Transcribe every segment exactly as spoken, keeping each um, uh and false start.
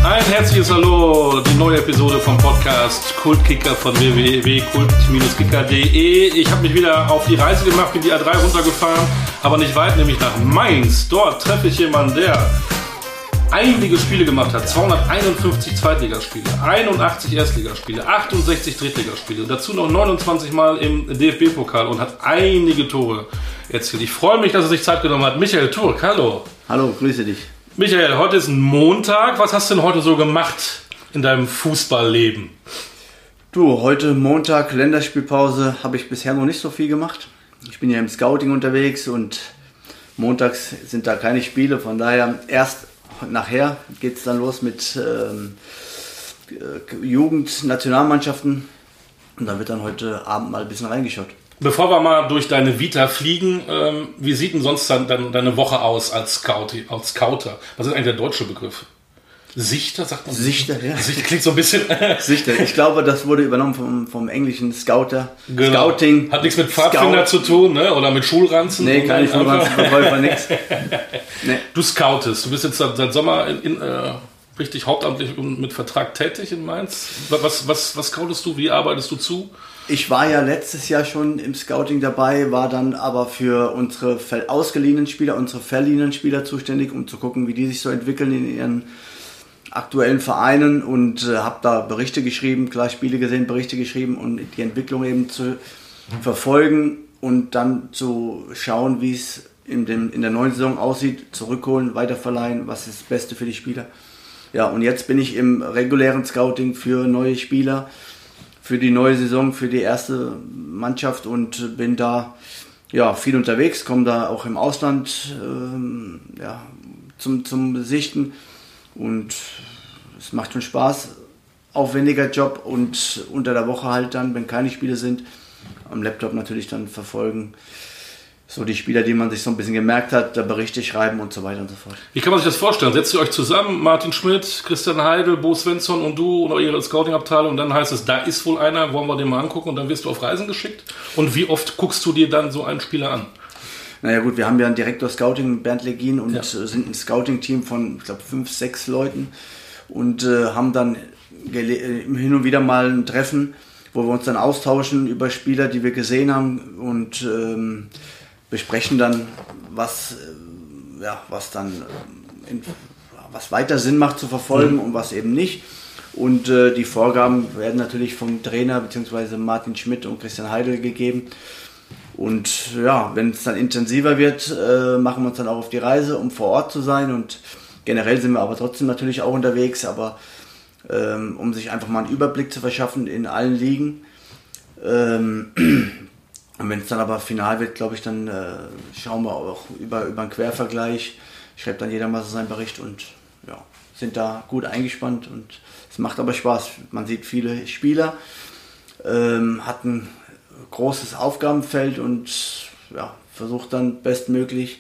Ein herzliches Hallo, die neue Episode vom Podcast Kultkicker von w w w punkt kult kicker punkt d e. Ich habe mich wieder auf die Reise gemacht, bin die A drei runtergefahren, aber nicht weit, nämlich nach Mainz. Dort treffe ich jemanden, der einige Spiele gemacht hat, zweihunderteinundfünfzig Zweitligaspiele, einundachtzig Erstligaspiele, achtundsechzig Drittligaspiele, dazu noch neunundzwanzig Mal im D F B-Pokal und hat einige Tore erzielt. Ich freue mich, dass er sich Zeit genommen hat. Michael Turk, hallo. Hallo, grüße dich. Michael, heute ist ein Montag. Was hast du denn heute so gemacht in deinem Fußballleben? Du, heute Montag, Länderspielpause, habe ich bisher noch nicht so viel gemacht. Ich bin ja im Scouting unterwegs und montags sind da keine Spiele, von daher erst nachher geht es dann los mit ähm, Jugend-Nationalmannschaften und da wird dann heute Abend mal ein bisschen reingeschaut. Bevor wir mal durch deine Vita fliegen, ähm, wie sieht denn sonst dann, dann deine Woche aus als, Scout, als Scouter? Was ist eigentlich der deutsche Begriff? Sichter, sagt man? Sichter, ja. Sichter klingt so ein bisschen... Sichter, ich glaube, das wurde übernommen vom, vom englischen Scouter. Genau. Scouting. Hat nichts mit Pfadfinder Scout. zu tun, ne? Oder mit Schulranzen? Nee, keine Schulranzenverkäufer, nix. Nee. Du scoutest, du bist jetzt seit, seit Sommer in, in, äh, richtig hauptamtlich mit Vertrag tätig in Mainz. Was, was, was scoutest du, wie arbeitest du zu? Ich war ja letztes Jahr schon im Scouting dabei, war dann aber für unsere ausgeliehenen Spieler, unsere verliehenen Spieler zuständig, um zu gucken, wie die sich so entwickeln in ihren aktuellen Vereinen und äh, habe da Berichte geschrieben, klar Spiele gesehen, Berichte geschrieben und die Entwicklung eben zu verfolgen und dann zu schauen, wie es in, dem, in der neuen Saison aussieht, zurückholen, weiterverleihen, was ist das Beste für die Spieler. Ja, und jetzt bin ich im regulären Scouting für neue Spieler, für die neue Saison, für die erste Mannschaft und bin da ja, viel unterwegs, komme da auch im Ausland ähm, ja, zum, zum Sichten und es macht schon Spaß, aufwendiger Job und unter der Woche halt dann, wenn keine Spiele sind, am Laptop natürlich dann verfolgen, so die Spieler, die man sich so ein bisschen gemerkt hat, da Berichte schreiben und so weiter und so fort. Wie kann man sich das vorstellen? Setzt ihr euch zusammen, Martin Schmidt, Christian Heidel, Bo Svensson und du oder ihre Scouting-Abteilung und dann heißt es, da ist wohl einer, wollen wir den mal angucken und dann wirst du auf Reisen geschickt? Und wie oft guckst du dir dann so einen Spieler an? Naja gut, wir haben ja einen Direktor Scouting, Bernd Legin, und ja. sind ein Scouting-Team von, ich glaube, fünf, sechs Leuten und äh, haben dann gele- hin und wieder mal ein Treffen, wo wir uns dann austauschen über Spieler, die wir gesehen haben und ähm, besprechen dann, was, äh, ja, was dann äh, in, was weiter Sinn macht zu verfolgen mhm. und was eben nicht. Und äh, die Vorgaben werden natürlich vom Trainer bzw. Martin Schmidt und Christian Heidel gegeben. Und ja, wenn es dann intensiver wird, äh, machen wir uns dann auch auf die Reise, um vor Ort zu sein. Und generell sind wir aber trotzdem natürlich auch unterwegs, aber ähm, um sich einfach mal einen Überblick zu verschaffen in allen Ligen. Ähm, und wenn es dann aber final wird, glaube ich, dann äh, schauen wir auch über, über einen Quervergleich. Schreibt dann jeder mal so seinen Bericht und ja, sind da gut eingespannt. Und es macht aber Spaß. Man sieht viele Spieler, ähm, hat ein großes Aufgabenfeld und ja, versucht dann bestmöglich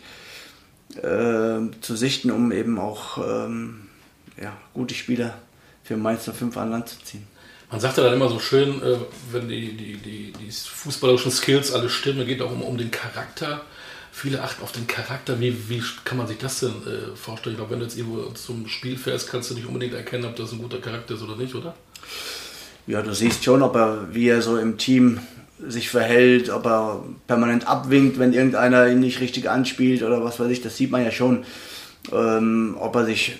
äh, zu sichten, um eben auch ähm, ja, gute Spieler für Mainz null fünf an Land zu ziehen. Man sagt ja dann immer so schön, äh, wenn die, die, die, die fußballerischen Skills alle stimmen, geht auch um, um den Charakter. Viele achten auf den Charakter. Wie, wie kann man sich das denn äh, vorstellen? Ich glaube, wenn du jetzt irgendwo zum Spiel fährst, kannst du nicht unbedingt erkennen, ob das ein guter Charakter ist oder nicht, oder? Ja, du siehst schon, ob er, wie er so im Team sich verhält, ob er permanent abwinkt, wenn irgendeiner ihn nicht richtig anspielt oder was weiß ich, das sieht man ja schon. Ähm, ob er sich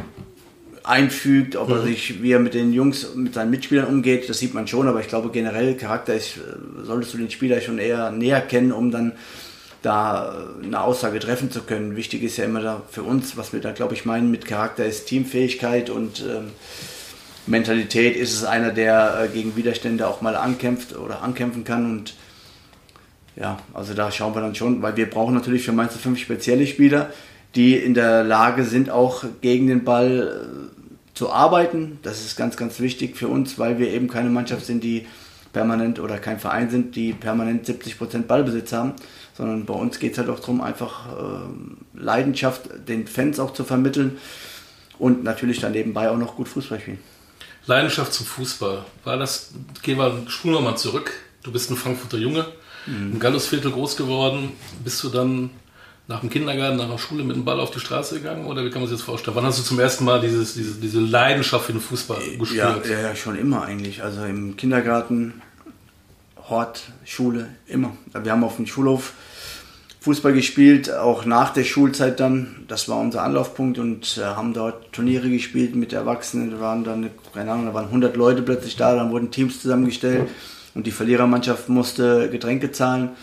einfügt, ob mhm. er sich, wie er mit den Jungs, mit seinen Mitspielern umgeht, das sieht man schon, aber ich glaube generell Charakter ist, solltest du den Spieler schon eher näher kennen, um dann da eine Aussage treffen zu können. Wichtig ist ja immer da für uns, was wir da glaube ich meinen mit Charakter ist Teamfähigkeit und ähm, Mentalität. Ist es einer, der äh, gegen Widerstände auch mal ankämpft oder ankämpfen kann und ja, also da schauen wir dann schon, weil wir brauchen natürlich für Mainz null fünf spezielle Spieler, die in der Lage sind, auch gegen den Ball äh, zu arbeiten. Das ist ganz, ganz wichtig für uns, weil wir eben keine Mannschaft sind, die permanent oder kein Verein sind, die permanent siebzig Prozent Ballbesitz haben, sondern bei uns geht es halt auch darum, einfach äh, Leidenschaft den Fans auch zu vermitteln und natürlich dann nebenbei auch noch gut Fußball spielen. Leidenschaft zum Fußball. War das, gehen wir, spulen wir mal zurück. Du bist ein Frankfurter Junge, mhm. im Gallusviertel groß geworden. Bist du dann nach dem Kindergarten, nach der Schule mit dem Ball auf die Straße gegangen? Oder wie kann man sich das vorstellen? Wann hast du zum ersten Mal dieses, diese, diese Leidenschaft für den Fußball gespürt? Ja, ja, schon immer eigentlich. Also im Kindergarten, Hort, Schule, immer. Wir haben auf dem Schulhof Fußball gespielt, auch nach der Schulzeit dann. Das war unser Anlaufpunkt und äh, haben dort Turniere gespielt mit Erwachsenen. Da waren dann, keine Ahnung, da waren hundert Leute plötzlich da, dann wurden Teams zusammengestellt und die Verlierermannschaft musste Getränke zahlen.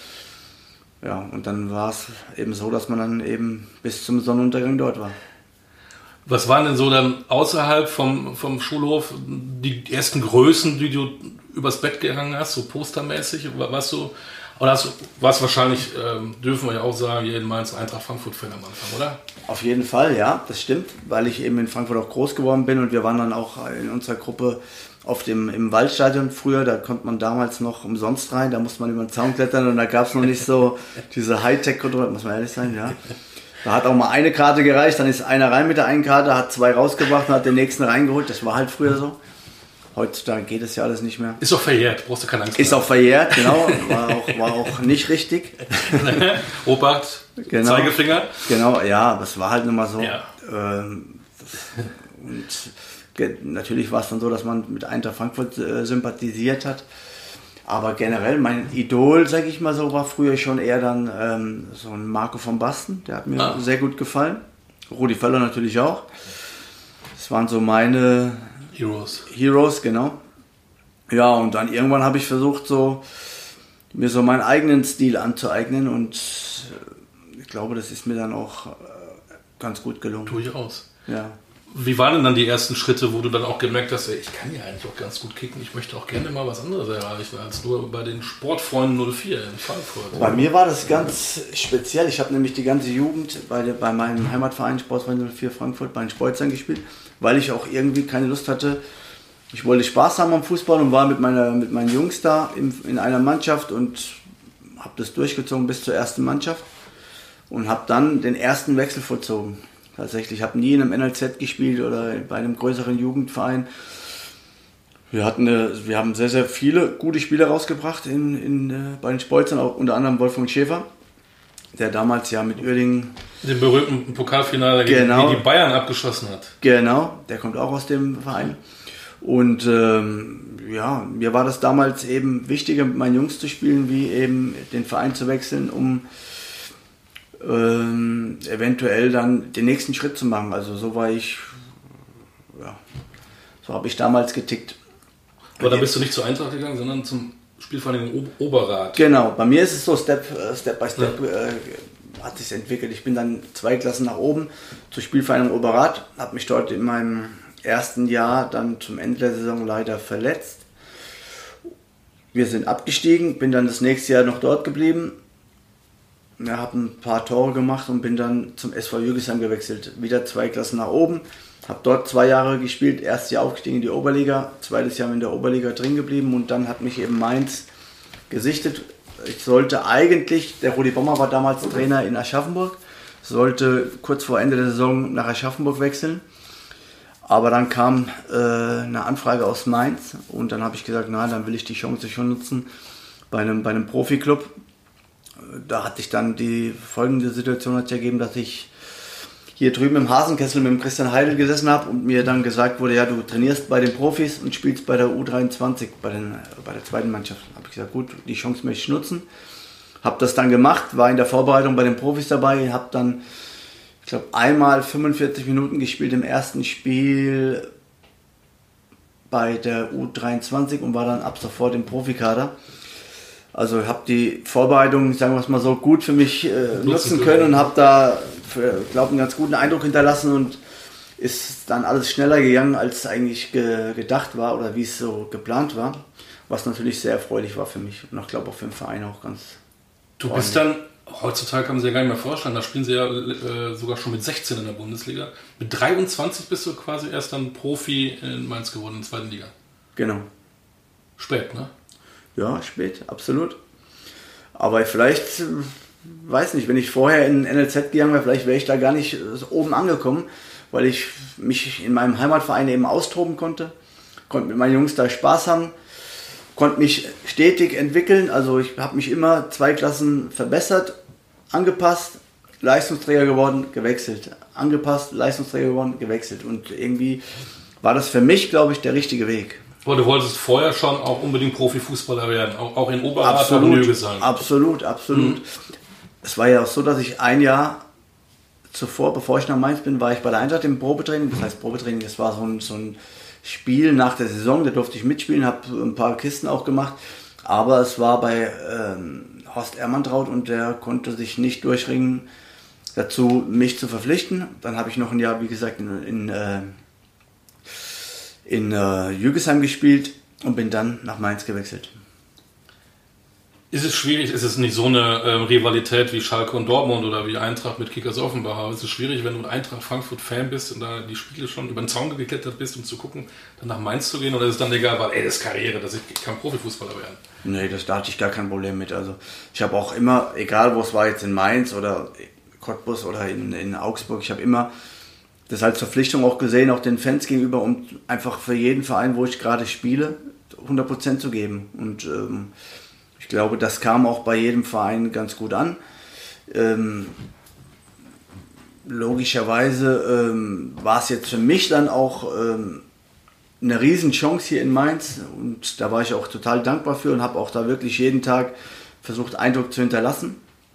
Ja, und dann war es eben so, dass man dann eben bis zum Sonnenuntergang dort war. Was waren denn so dann außerhalb vom, vom Schulhof die ersten Größen, die du übers Bett gehangen hast, so postermäßig? Warst du, oder hast du, warst wahrscheinlich, ähm, dürfen wir ja auch sagen, hier in Mainz Eintracht Frankfurt-Fan am Anfang, oder? Auf jeden Fall, ja, das stimmt, weil ich eben in Frankfurt auch groß geworden bin und wir waren dann auch in unserer Gruppe auf dem, im Waldstadion früher, da konnte man damals noch umsonst rein, da musste man über den Zaun klettern und da gab es noch nicht so diese Hightech-Kontrolle, muss man ehrlich sein, ja. Da hat auch mal eine Karte gereicht, dann ist einer rein mit der einen Karte, hat zwei rausgebracht und hat den nächsten reingeholt, das war halt früher so. Heutzutage geht es ja alles nicht mehr. Ist auch verjährt, brauchst du keine Angst. Ist auch verjährt, genau, war auch, war auch nicht richtig. Obacht, genau. Zeigefinger. Genau, ja, das war halt nun mal so. Ja. Ähm, und ge- natürlich war es dann so, dass man mit Eintracht Frankfurt äh, sympathisiert hat. Aber generell, mein Idol, sag ich mal so, war früher schon eher dann ähm, so ein Marco von Basten. Der hat mir ah. sehr gut gefallen. Rudi Völler natürlich auch. Das waren so meine Heroes. Heroes, genau. Ja, und dann irgendwann habe ich versucht, so mir so meinen eigenen Stil anzueignen und ich glaube, das ist mir dann auch ganz gut gelungen. Durchaus. Ja. Wie waren denn dann die ersten Schritte, wo du dann auch gemerkt hast, ey, ich kann ja eigentlich auch ganz gut kicken, ich möchte auch gerne mal was anderes erreichen als nur bei den Sportfreunden null vier in Frankfurt? Bei mir war das ganz speziell. Ich habe nämlich die ganze Jugend bei, der, bei meinem Heimatverein Sportfreunde null vier Frankfurt bei den Speuzern gespielt, weil ich auch irgendwie keine Lust hatte. Ich wollte Spaß haben am Fußball und war mit, meiner, mit meinen Jungs da in, in einer Mannschaft und habe das durchgezogen bis zur ersten Mannschaft und habe dann den ersten Wechsel vollzogen. Tatsächlich, ich habe nie in einem N L Z gespielt oder bei einem größeren Jugendverein. Wir, hatten eine, wir haben sehr, sehr viele gute Spieler rausgebracht in, in, bei den Speuzern, auch unter anderem Wolfgang Schäfer, der damals ja mit Uerdingen den berühmten Pokalfinale genau, gegen die Bayern abgeschossen hat. Genau, der kommt auch aus dem Verein. Und ähm, ja, mir war das damals eben wichtiger, mit meinen Jungs zu spielen, wie eben den Verein zu wechseln, um ähm, eventuell dann den nächsten Schritt zu machen. Also so war ich, ja, so habe ich damals getickt. Aber da bist du nicht zur Eintracht gegangen, sondern zum Spielvereinigung Oberrat. Genau, bei mir ist es so Step, Step by Step ja. äh, hat sich entwickelt. Ich bin dann zwei Klassen nach oben zur Spielvereinigung Oberrat, habe mich dort in meinem ersten Jahr dann zum Ende der Saison leider verletzt. Wir sind abgestiegen, bin dann das nächste Jahr noch dort geblieben. Ja, habe ein paar Tore gemacht und bin dann zum S V Jügesheim gewechselt. Wieder zwei Klassen nach oben. Habe dort zwei Jahre gespielt. Erstes Jahr aufgestiegen in die Oberliga. Zweites Jahr in der Oberliga drin geblieben. Und dann hat mich eben Mainz gesichtet. Ich sollte eigentlich, der Rudi Bommer war damals Trainer in Aschaffenburg, sollte kurz vor Ende der Saison nach Aschaffenburg wechseln. Aber dann kam äh, eine Anfrage aus Mainz. Und dann habe ich gesagt, na, dann will ich die Chance schon nutzen bei einem, bei einem Profiklub. Da hatte ich dann die folgende Situation hat ergeben, dass ich hier drüben im Hasenkessel mit dem Christian Heidel gesessen habe und mir dann gesagt wurde, ja, du trainierst bei den Profis und spielst bei der U dreiundzwanzig, bei, den, bei der zweiten Mannschaft. Da habe ich gesagt, gut, die Chance möchte ich nutzen. Habe das dann gemacht, war in der Vorbereitung bei den Profis dabei, habe dann, ich glaube, einmal fünfundvierzig Minuten gespielt im ersten Spiel bei der U dreiundzwanzig und war dann ab sofort im Profikader. Also habe die Vorbereitung, sagen wir es mal so, gut für mich äh, nutzen können und habe da, glaube einen ganz guten Eindruck hinterlassen und ist dann alles schneller gegangen, als eigentlich ge- gedacht war oder wie es so geplant war, was natürlich sehr erfreulich war für mich und ich glaube auch für den Verein auch ganz. Du bist dann, heutzutage kann man sich ja gar nicht mehr vorstellen, da spielen sie ja äh, sogar schon mit sechzehn in der Bundesliga. Mit dreiundzwanzig bist du quasi erst dann Profi in Mainz geworden, in der zweiten Liga. Genau. Spät, ne? Ja, spät, absolut. Aber vielleicht, weiß nicht, wenn ich vorher in N L Z gegangen wäre, vielleicht wäre ich da gar nicht so oben angekommen, weil ich mich in meinem Heimatverein eben austoben konnte, konnte mit meinen Jungs da Spaß haben, konnte mich stetig entwickeln. Also ich habe mich immer zwei Klassen verbessert, angepasst, Leistungsträger geworden, gewechselt. Angepasst, Leistungsträger geworden, gewechselt. Und irgendwie war das für mich, glaube ich, der richtige Weg. Aber du wolltest vorher schon auch unbedingt Profifußballer werden, auch, auch in Oberrat und Nürnberg. Absolut, absolut. Mhm. Es war ja auch so, dass ich ein Jahr zuvor, bevor ich nach Mainz bin, war ich bei der Eintracht im Probetraining. Das heißt Probetraining, das war so ein, so ein Spiel nach der Saison, da durfte ich mitspielen, habe ein paar Kisten auch gemacht. Aber es war bei ähm, Horst Ermantraut und der konnte sich nicht durchringen, dazu mich zu verpflichten. Dann habe ich noch ein Jahr, wie gesagt, in, in, äh, in äh, Jügesheim gespielt und bin dann nach Mainz gewechselt. Ist es schwierig, ist es nicht so eine äh, Rivalität wie Schalke und Dortmund oder wie Eintracht mit Kickers Offenbach? Aber ist es schwierig, wenn du ein Eintracht Frankfurt-Fan bist und da die Spiele schon über den Zaun geklettert bist, um zu gucken, dann nach Mainz zu gehen? Oder ist es dann egal, weil ey, das ist Karriere, dass ich kann Profifußballer werden? Nee, das, da hatte ich gar kein Problem mit. Also ich habe auch immer, egal wo es war, jetzt in Mainz oder Cottbus oder in, in Augsburg, ich habe immer das als Verpflichtung auch gesehen, auch den Fans gegenüber, um einfach für jeden Verein, wo ich gerade spiele, hundert Prozent zu geben. Und ähm, ich glaube, das kam auch bei jedem Verein ganz gut an. Ähm, logischerweise ähm, war es jetzt für mich dann auch ähm, eine Riesenchance hier in Mainz und da war ich auch total dankbar für und habe auch da wirklich jeden Tag versucht, Eindruck zu hinterlassen,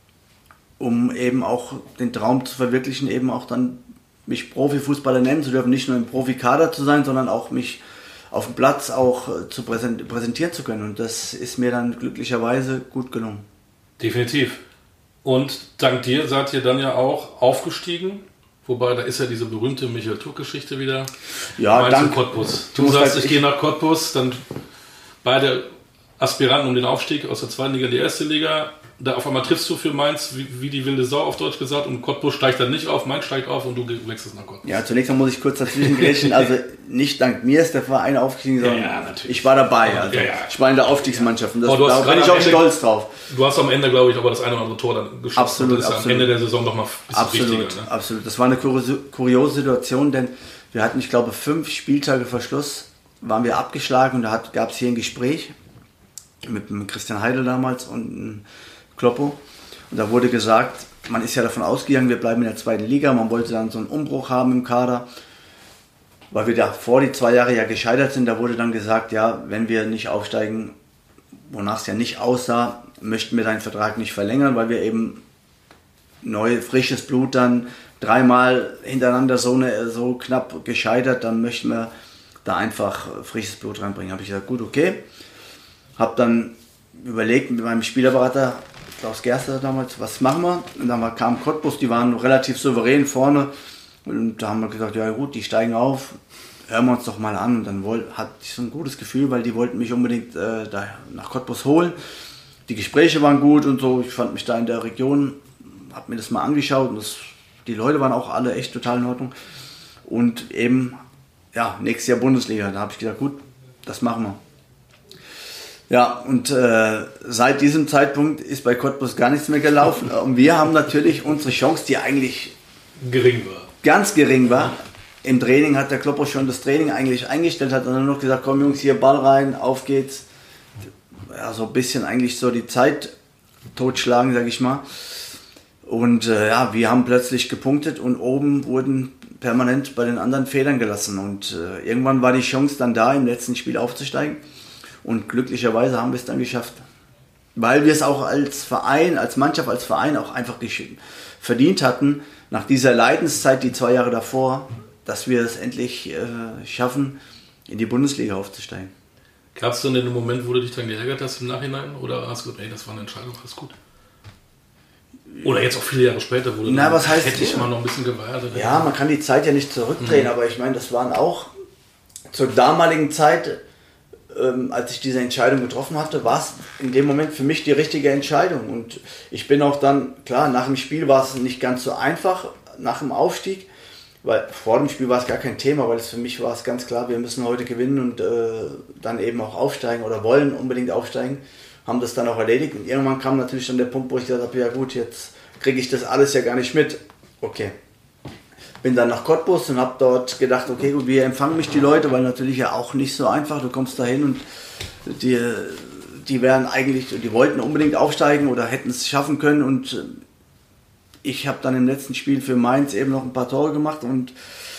um eben auch den Traum zu verwirklichen, eben auch dann mich Profifußballer nennen zu dürfen, nicht nur im Profikader zu sein, sondern auch mich auf dem Platz auch zu präsentieren zu können. Und das ist mir dann glücklicherweise gut gelungen. Definitiv. Und dank dir seid ihr dann ja auch aufgestiegen. Wobei, da ist ja diese berühmte Michael Tuck-Geschichte wieder. Ja, danke. Cottbus. Du, du sagst, ich, ich gehe nach Cottbus, dann beide Aspiranten um den Aufstieg aus der zweiten Liga in die erste Liga. Da auf einmal triffst du für Mainz wie, wie die wilde Sau auf Deutsch gesagt und Cottbus steigt dann nicht auf, Mainz steigt auf und du wechselst nach Cottbus. Ja, zunächst mal muss ich kurz dazwischen grätschen. Also nicht dank mir ist der Verein aufgestiegen, sondern ja, ja, ich war dabei. Also ja, ja. Ich war in der Aufstiegsmannschaft und das, da bin ich auch Ende, stolz drauf. Du hast am Ende, glaube ich, aber das eine oder andere Tor dann geschossen. Absolut, das ist absolut. Am Ende der Saison nochmal ein bisschen absolut, wichtiger. Ne? Absolut, das war eine kuriose Situation, denn wir hatten, ich glaube, fünf Spieltage vor Schluss, waren wir abgeschlagen und da gab es hier ein Gespräch mit, mit Christian Heidel damals und Kloppo. Und da wurde gesagt, man ist ja davon ausgegangen, wir bleiben in der zweiten Liga. Man wollte dann so einen Umbruch haben im Kader, weil wir da vor die zwei Jahre ja gescheitert sind. Da wurde dann gesagt, ja, wenn wir nicht aufsteigen, wonach es ja nicht aussah, möchten wir deinen Vertrag nicht verlängern, weil wir eben neu, frisches Blut dann dreimal hintereinander so, eine, so knapp gescheitert, dann möchten wir da einfach frisches Blut reinbringen. Habe ich gesagt, gut, okay. Habe dann überlegt mit meinem Spielerberater, Klaus Gerster damals, was machen wir? Und dann kam Cottbus, die waren relativ souverän vorne. Und da haben wir gesagt, ja gut, die steigen auf, hören wir uns doch mal an. Und dann wollt, hatte ich so ein gutes Gefühl, weil die wollten mich unbedingt äh, da nach Cottbus holen. Die Gespräche waren gut und so. Ich fand mich da in der Region, habe mir das mal angeschaut. Und das, die Leute waren auch alle echt total in Ordnung. Und eben, ja, nächstes Jahr Bundesliga. Da habe ich gesagt, gut, das machen wir. Ja, und äh, seit diesem Zeitpunkt ist bei Cottbus gar nichts mehr gelaufen. Und wir haben natürlich unsere Chance, die eigentlich gering war. Ganz gering war. Im Training hat der Kloppo schon das Training eigentlich eingestellt, hat dann noch gesagt, komm Jungs, hier Ball rein, auf geht's. Ja, so ein bisschen eigentlich so die Zeit totschlagen, sag ich mal. Und äh, ja, wir haben plötzlich gepunktet und oben wurden permanent bei den anderen Federn gelassen. Und äh, irgendwann war die Chance dann da, im letzten Spiel aufzusteigen. Und glücklicherweise haben wir es dann geschafft. Weil wir es auch als Verein, als Mannschaft, als Verein auch einfach verdient hatten, nach dieser Leidenszeit, die zwei Jahre davor, dass wir es endlich äh, schaffen, in die Bundesliga aufzusteigen. Gab es denn den Moment, wo du dich dann geärgert hast im Nachhinein? Oder hast du gesagt, ey, das war eine Entscheidung, alles gut? Oder jetzt auch viele Jahre später, wo du Na, dann, was heißt, hätte ich mal noch ein bisschen gewartet. Ja, man kann die Zeit ja nicht zurückdrehen, mhm. aber ich meine, das waren auch zur damaligen Zeit, ähm, als ich diese Entscheidung getroffen hatte, war es in dem Moment für mich die richtige Entscheidung. Und ich bin auch dann, klar, nach dem Spiel war es nicht ganz so einfach, nach dem Aufstieg, weil vor dem Spiel war es gar kein Thema, weil es für mich war es ganz klar, wir müssen heute gewinnen und äh, dann eben auch aufsteigen oder wollen unbedingt aufsteigen, haben das dann auch erledigt. Und irgendwann kam natürlich dann der Punkt, wo ich gesagt habe, ja gut, jetzt kriege ich das alles ja gar nicht mit. Okay. Bin dann nach Cottbus und habe dort gedacht, okay, gut, wie empfangen mich die Leute, weil natürlich ja auch nicht so einfach, du kommst da hin und die, die wären eigentlich, die wollten unbedingt aufsteigen oder hätten es schaffen können und ich habe dann im letzten Spiel für Mainz eben noch ein paar Tore gemacht und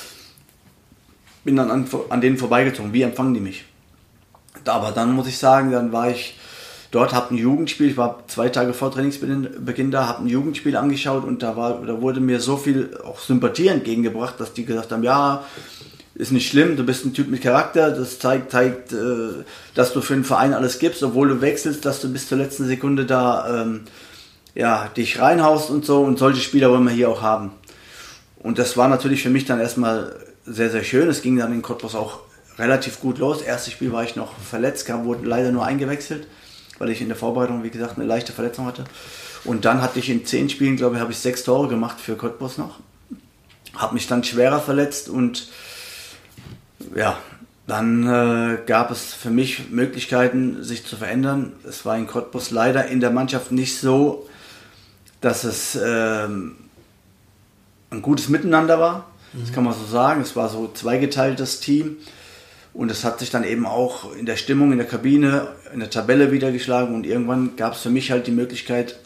bin dann an, an denen vorbeigezogen. Wie empfangen die mich? Aber dann muss ich sagen, dann war ich dort, habe ein Jugendspiel, ich war zwei Tage vor Trainingsbeginn da, habe ein Jugendspiel angeschaut und da, war, da wurde mir so viel auch Sympathie entgegengebracht, dass die gesagt haben, ja, ist nicht schlimm, du bist ein Typ mit Charakter, das zeigt, zeigt äh, dass du für den Verein alles gibst, obwohl du wechselst, dass du bis zur letzten Sekunde da ähm, ja, dich reinhaust und so, und solche Spieler wollen wir hier auch haben. Und das war natürlich für mich dann erstmal sehr, sehr schön. Es ging dann in Cottbus auch relativ gut los. Erstes Spiel war ich noch verletzt, kam, wurde leider nur eingewechselt, weil ich in der Vorbereitung, wie gesagt, eine leichte Verletzung hatte. Und dann hatte ich in zehn Spielen, glaube ich, habe ich sechs Tore gemacht für Cottbus noch. Habe mich dann schwerer verletzt und ja, dann äh, gab es für mich Möglichkeiten, sich zu verändern. Es war in Cottbus leider in der Mannschaft nicht so, dass es ähm, ein gutes Miteinander war. Mhm. Das kann man so sagen. Es war so ein zweigeteiltes Team. Und es hat sich dann eben auch in der Stimmung, in der Kabine, in der Tabelle wiedergeschlagen. Und irgendwann gab es für mich halt die Möglichkeit,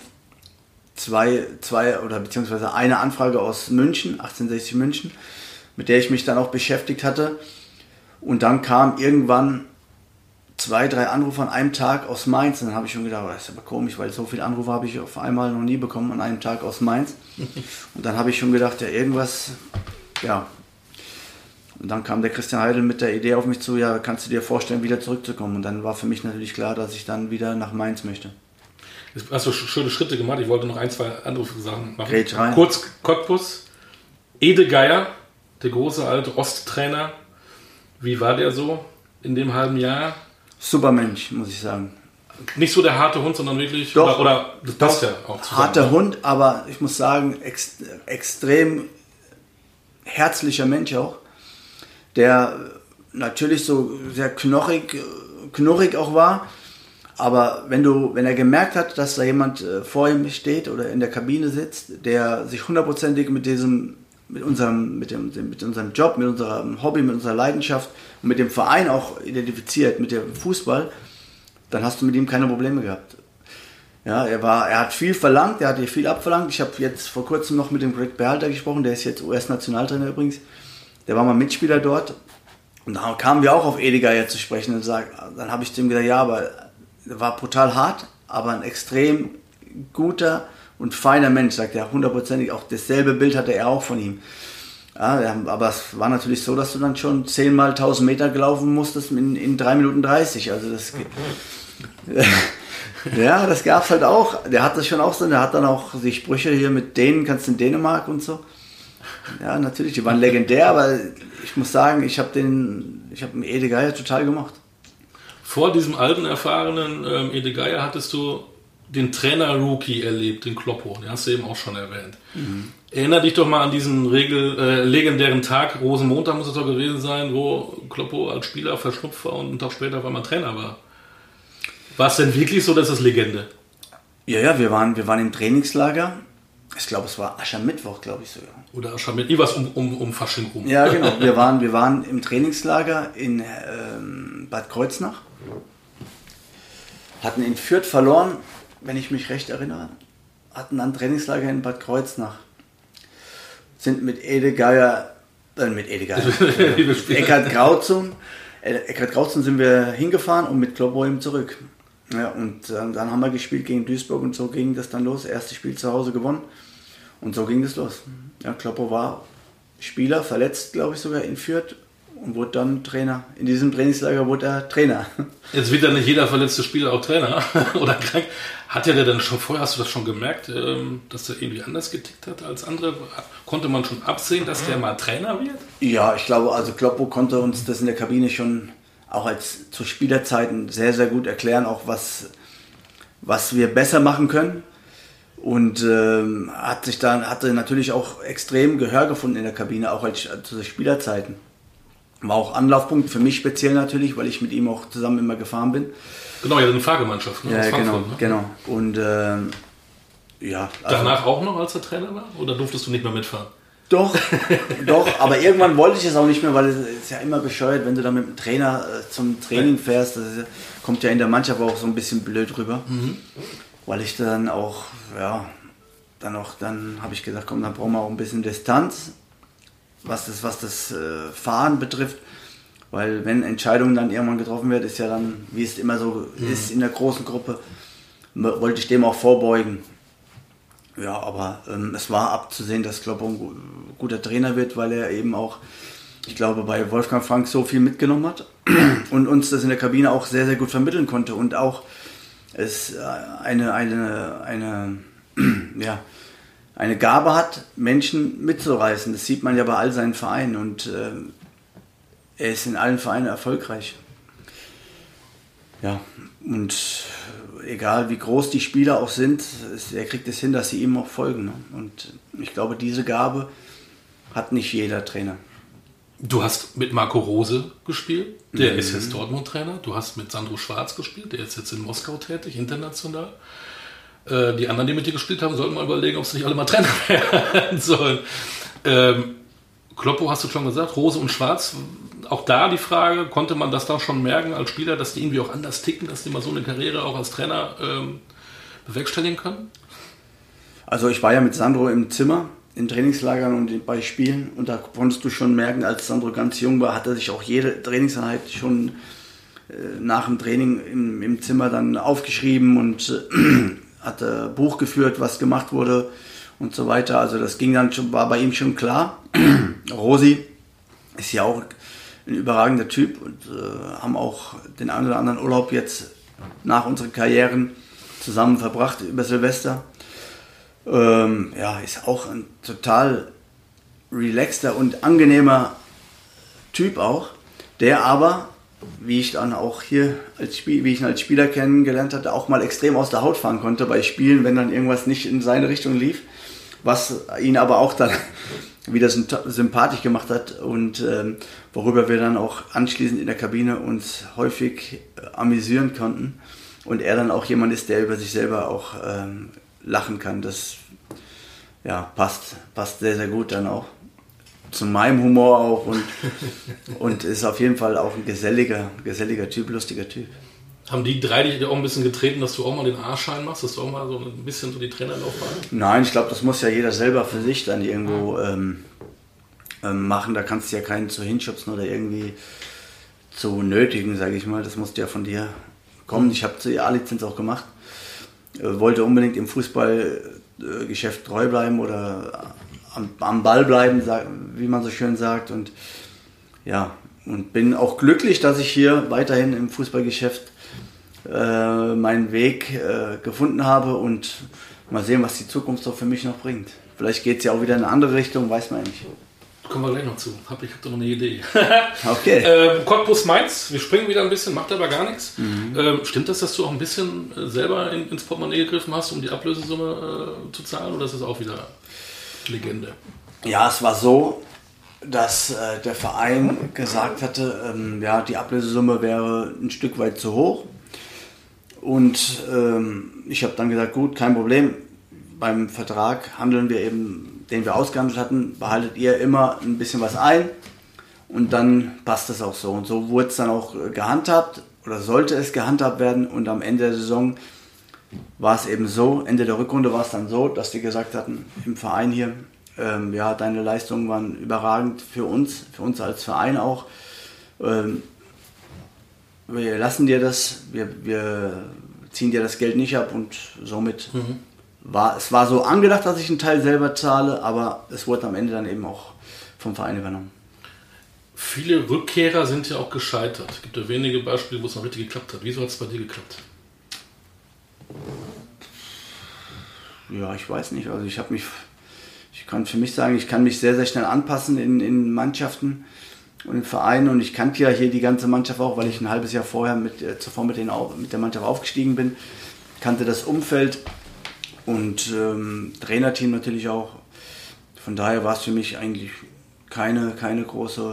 zwei, zwei oder beziehungsweise eine Anfrage aus München, achtzehnhundertsechzig München, mit der ich mich dann auch beschäftigt hatte. Und dann kam irgendwann zwei, drei Anrufe an einem Tag aus Mainz. Und dann habe ich schon gedacht, das ist aber komisch, weil so viele Anrufe habe ich auf einmal noch nie bekommen an einem Tag aus Mainz. Und dann habe ich schon gedacht, ja, irgendwas, ja. Und dann kam der Christian Heidel mit der Idee auf mich zu, ja, kannst du dir vorstellen, wieder zurückzukommen? Und dann war für mich natürlich klar, dass ich dann wieder nach Mainz möchte. Jetzt hast du schöne Schritte gemacht. Ich wollte noch ein, zwei andere Sachen machen. Red rein. Kurz Cottbus. Ede Geier, der große alte Osttrainer. Wie war der so in dem halben Jahr? Super Mensch, muss ich sagen. Nicht so der harte Hund, sondern wirklich... Doch, oder, oder das passt ja auch zusammen. Harter Hund, aber ich muss sagen, ex, extrem herzlicher Mensch auch. Der natürlich so sehr knochig, knurrig auch war. Aber wenn du, wenn er gemerkt hat, dass da jemand vor ihm steht oder in der Kabine sitzt, der sich hundertprozentig mit diesem... mit unserem, mit, dem, mit unserem Job, mit unserem Hobby, mit unserer Leidenschaft und mit dem Verein auch identifiziert, mit dem Fußball, dann hast du mit ihm keine Probleme gehabt. Ja, er war, er hat viel verlangt, er hat dir viel abverlangt. Ich habe jetzt vor kurzem noch mit dem Greg Berhalter gesprochen, der ist jetzt U S-Nationaltrainer übrigens. Der war mal Mitspieler dort. Und da kamen wir auch auf Ede Geier zu sprechen und sag, dann habe ich zu ihm gesagt, ja, aber er war brutal hart, aber ein extrem guter und feiner Mensch, sagt er, hundertprozentig. Auch dasselbe Bild hatte er auch von ihm. Ja, aber es war natürlich so, dass du dann schon zehnmal tausend Meter gelaufen musstest in, in drei Minuten dreißig. Also das, ja, das gab es halt auch. Der hat das schon auch so. Der hat dann auch die Sprüche hier mit denen, kannst du in Dänemark und so. Ja, natürlich, die waren legendär, aber ich muss sagen, ich habe den, ich habe den Ede Geier total gemocht. Vor diesem alten, erfahrenen ähm, Ede Geier hattest du den Trainer-Rookie erlebt, den Kloppo, den hast du eben auch schon erwähnt. Mhm. Erinner dich doch mal an diesen Regel, äh, legendären Tag, Rosenmontag muss es doch gewesen sein, wo Kloppo als Spieler verschnupft war und einen Tag später auf einmal Trainer war. War es denn wirklich so, dass das Legende? Ja, ja, wir waren, wir waren im Trainingslager. Ich glaube, es war Aschermittwoch, glaube ich sogar. Oder Aschermittwoch, irgendwas um, um, um Fasching rum. Ja, genau. Wir waren, wir waren im Trainingslager in ähm, Bad Kreuznach. Hatten in Fürth verloren, wenn ich mich recht erinnere, hatten dann Trainingslager in Bad Kreuznach. Sind mit Ede Geier, äh, mit Ede Geier, Eckhard Grauzum, äh, Eckhard Grauzum sind wir hingefahren und mit Kloppo eben zurück. Ja, und äh, dann haben wir gespielt gegen Duisburg und so ging das dann los. Erstes Spiel zu Hause gewonnen und so ging das los. Ja, Kloppo war Spieler, verletzt glaube ich sogar in Fürth. Und wurde dann Trainer. In diesem Trainingslager wurde er Trainer. Jetzt wird ja nicht jeder verletzte Spieler auch Trainer oder krank. Hat er denn schon vorher, hast du das schon gemerkt, dass er irgendwie anders getickt hat als andere? Konnte man schon absehen, dass der mal Trainer wird? Ja, ich glaube, also Kloppo konnte uns das in der Kabine schon auch als zu Spielerzeiten sehr, sehr gut erklären, auch was, was wir besser machen können. Und ähm, hat sich dann, hatte natürlich auch extrem Gehör gefunden in der Kabine, auch als, als zu Spielerzeiten. War auch Anlaufpunkt für mich speziell natürlich, weil ich mit ihm auch zusammen immer gefahren bin. Genau, ja, eine Fahrgemeinschaft. Ne? Ja, genau, ne? genau. Und ähm, ja. Also, danach auch noch, als er Trainer war? Oder durftest du nicht mehr mitfahren? Doch, doch, aber irgendwann wollte ich es auch nicht mehr, weil es ist ja immer bescheuert, wenn du dann mit dem Trainer äh, zum Training fährst. Das ist, kommt ja in der Mannschaft auch so ein bisschen blöd rüber. Mhm. Weil ich dann auch, ja, dann auch, dann habe ich gesagt, komm, dann brauchen wir auch ein bisschen Distanz, was das, was das äh, Fahren betrifft. Weil wenn Entscheidungen dann irgendwann getroffen werden, ist ja dann, wie es immer so mhm. ist in der großen Gruppe, wollte ich dem auch vorbeugen. Ja, aber ähm, es war abzusehen, dass Kloppo ein guter Trainer wird, weil er eben auch, ich glaube, bei Wolfgang Frank so viel mitgenommen hat und uns das in der Kabine auch sehr, sehr gut vermitteln konnte und auch es eine, eine, eine, ja, eine Gabe hat, Menschen mitzureißen. Das sieht man ja bei all seinen Vereinen und äh, er ist in allen Vereinen erfolgreich. Ja, und egal wie groß die Spieler auch sind, er kriegt es hin, dass sie ihm auch folgen. Ne? Und ich glaube, diese Gabe hat nicht jeder Trainer. Du hast mit Marco Rose gespielt, der mhm. ist jetzt Dortmund-Trainer. Du hast mit Sandro Schwarz gespielt, der ist jetzt in Moskau tätig, international. Äh, die anderen, die mit dir gespielt haben, sollten mal überlegen, ob sie nicht alle mal Trainer werden sollen. Ähm, Kloppo hast du schon gesagt, Rose und Schwarz. Auch da die Frage, konnte man das da schon merken als Spieler, dass die irgendwie auch anders ticken, dass die mal so eine Karriere auch als Trainer ähm, bewerkstelligen können? Also ich war ja mit Sandro im Zimmer, in Trainingslagern und bei Spielen und da konntest du schon merken, als Sandro ganz jung war, hat er sich auch jede Trainingseinheit schon äh, nach dem Training im, im Zimmer dann aufgeschrieben und äh, hat ein Buch geführt, was gemacht wurde und so weiter. Also das ging dann schon, war bei ihm schon klar. Rosi ist ja auch ein überragender Typ und äh, haben auch den einen oder anderen Urlaub jetzt nach unseren Karrieren zusammen verbracht über Silvester. Ähm, ja, ist auch ein total relaxter und angenehmer Typ auch, der aber, wie ich dann auch hier als Spiel, wie ich ihn als Spieler kennengelernt hatte, auch mal extrem aus der Haut fahren konnte bei Spielen, wenn dann irgendwas nicht in seine Richtung lief, was ihn aber auch dann wieder sympathisch gemacht hat und ähm, worüber wir dann auch anschließend in der Kabine uns häufig äh, amüsieren konnten und er dann auch jemand ist, der über sich selber auch ähm, lachen kann. Das ja, passt, passt sehr, sehr gut dann auch zu meinem Humor auch und, und ist auf jeden Fall auch ein geselliger, geselliger Typ, lustiger Typ. Haben die drei dich auch ein bisschen getreten, dass du auch mal den A-Schein machst, dass du auch mal so ein bisschen so die Trainerlaufbahn? Nein, ich glaube, das muss ja jeder selber für sich dann irgendwo ähm, ähm, machen. Da kannst du ja keinen zu hinschubsen oder irgendwie zu nötigen, sage ich mal. Das musste ja von dir kommen. Ich habe die A-Lizenz auch gemacht. Äh, wollte unbedingt im Fußballgeschäft äh, treu bleiben oder am, am Ball bleiben, sag, wie man so schön sagt. Und ja, und bin auch glücklich, dass ich hier weiterhin im Fußballgeschäft äh, meinen Weg äh, gefunden habe und mal sehen, was die Zukunft so für mich noch bringt. Vielleicht geht es ja auch wieder in eine andere Richtung, weiß man ja nicht. Kommen wir gleich noch zu. Hab, ich habe da noch eine Idee. Okay. ähm, Cottbus Mainz, wir springen wieder ein bisschen, macht aber gar nichts. Mhm. Ähm, stimmt das, dass du auch ein bisschen selber in, ins Portemonnaie gegriffen hast, um die Ablösesumme äh, zu zahlen, oder ist das auch wieder Legende? Ja, es war so, dass äh, der Verein gesagt hatte, ähm, ja, die Ablösesumme wäre ein Stück weit zu hoch. Und ähm, ich habe dann gesagt, gut, kein Problem. Beim Vertrag handeln wir eben, den wir ausgehandelt hatten, behaltet ihr immer ein bisschen was ein und dann passt das auch so. Und so wurde es dann auch gehandhabt oder sollte es gehandhabt werden und am Ende der Saison war es eben so, Ende der Rückrunde war es dann so, dass die gesagt hatten, im Verein hier, ähm, ja, deine Leistungen waren überragend für uns, für uns als Verein auch. Ähm, wir lassen dir das, wir, wir ziehen dir das Geld nicht ab und somit mhm. war es war so angedacht, dass ich einen Teil selber zahle, aber es wurde am Ende dann eben auch vom Verein übernommen. Viele Rückkehrer sind ja auch gescheitert. Es gibt ja wenige Beispiele, wo es noch richtig geklappt hat. Wieso hat es bei dir geklappt? Ja, ich weiß nicht. Also ich habe mich, ich kann für mich sagen, ich kann mich sehr, sehr schnell anpassen in, in Mannschaften und in Vereinen und ich kannte ja hier die ganze Mannschaft auch, weil ich ein halbes Jahr vorher mit, äh, zuvor mit, den, mit der Mannschaft aufgestiegen bin, kannte das Umfeld und ähm, Trainerteam natürlich auch. Von daher war es für mich eigentlich keine, keine große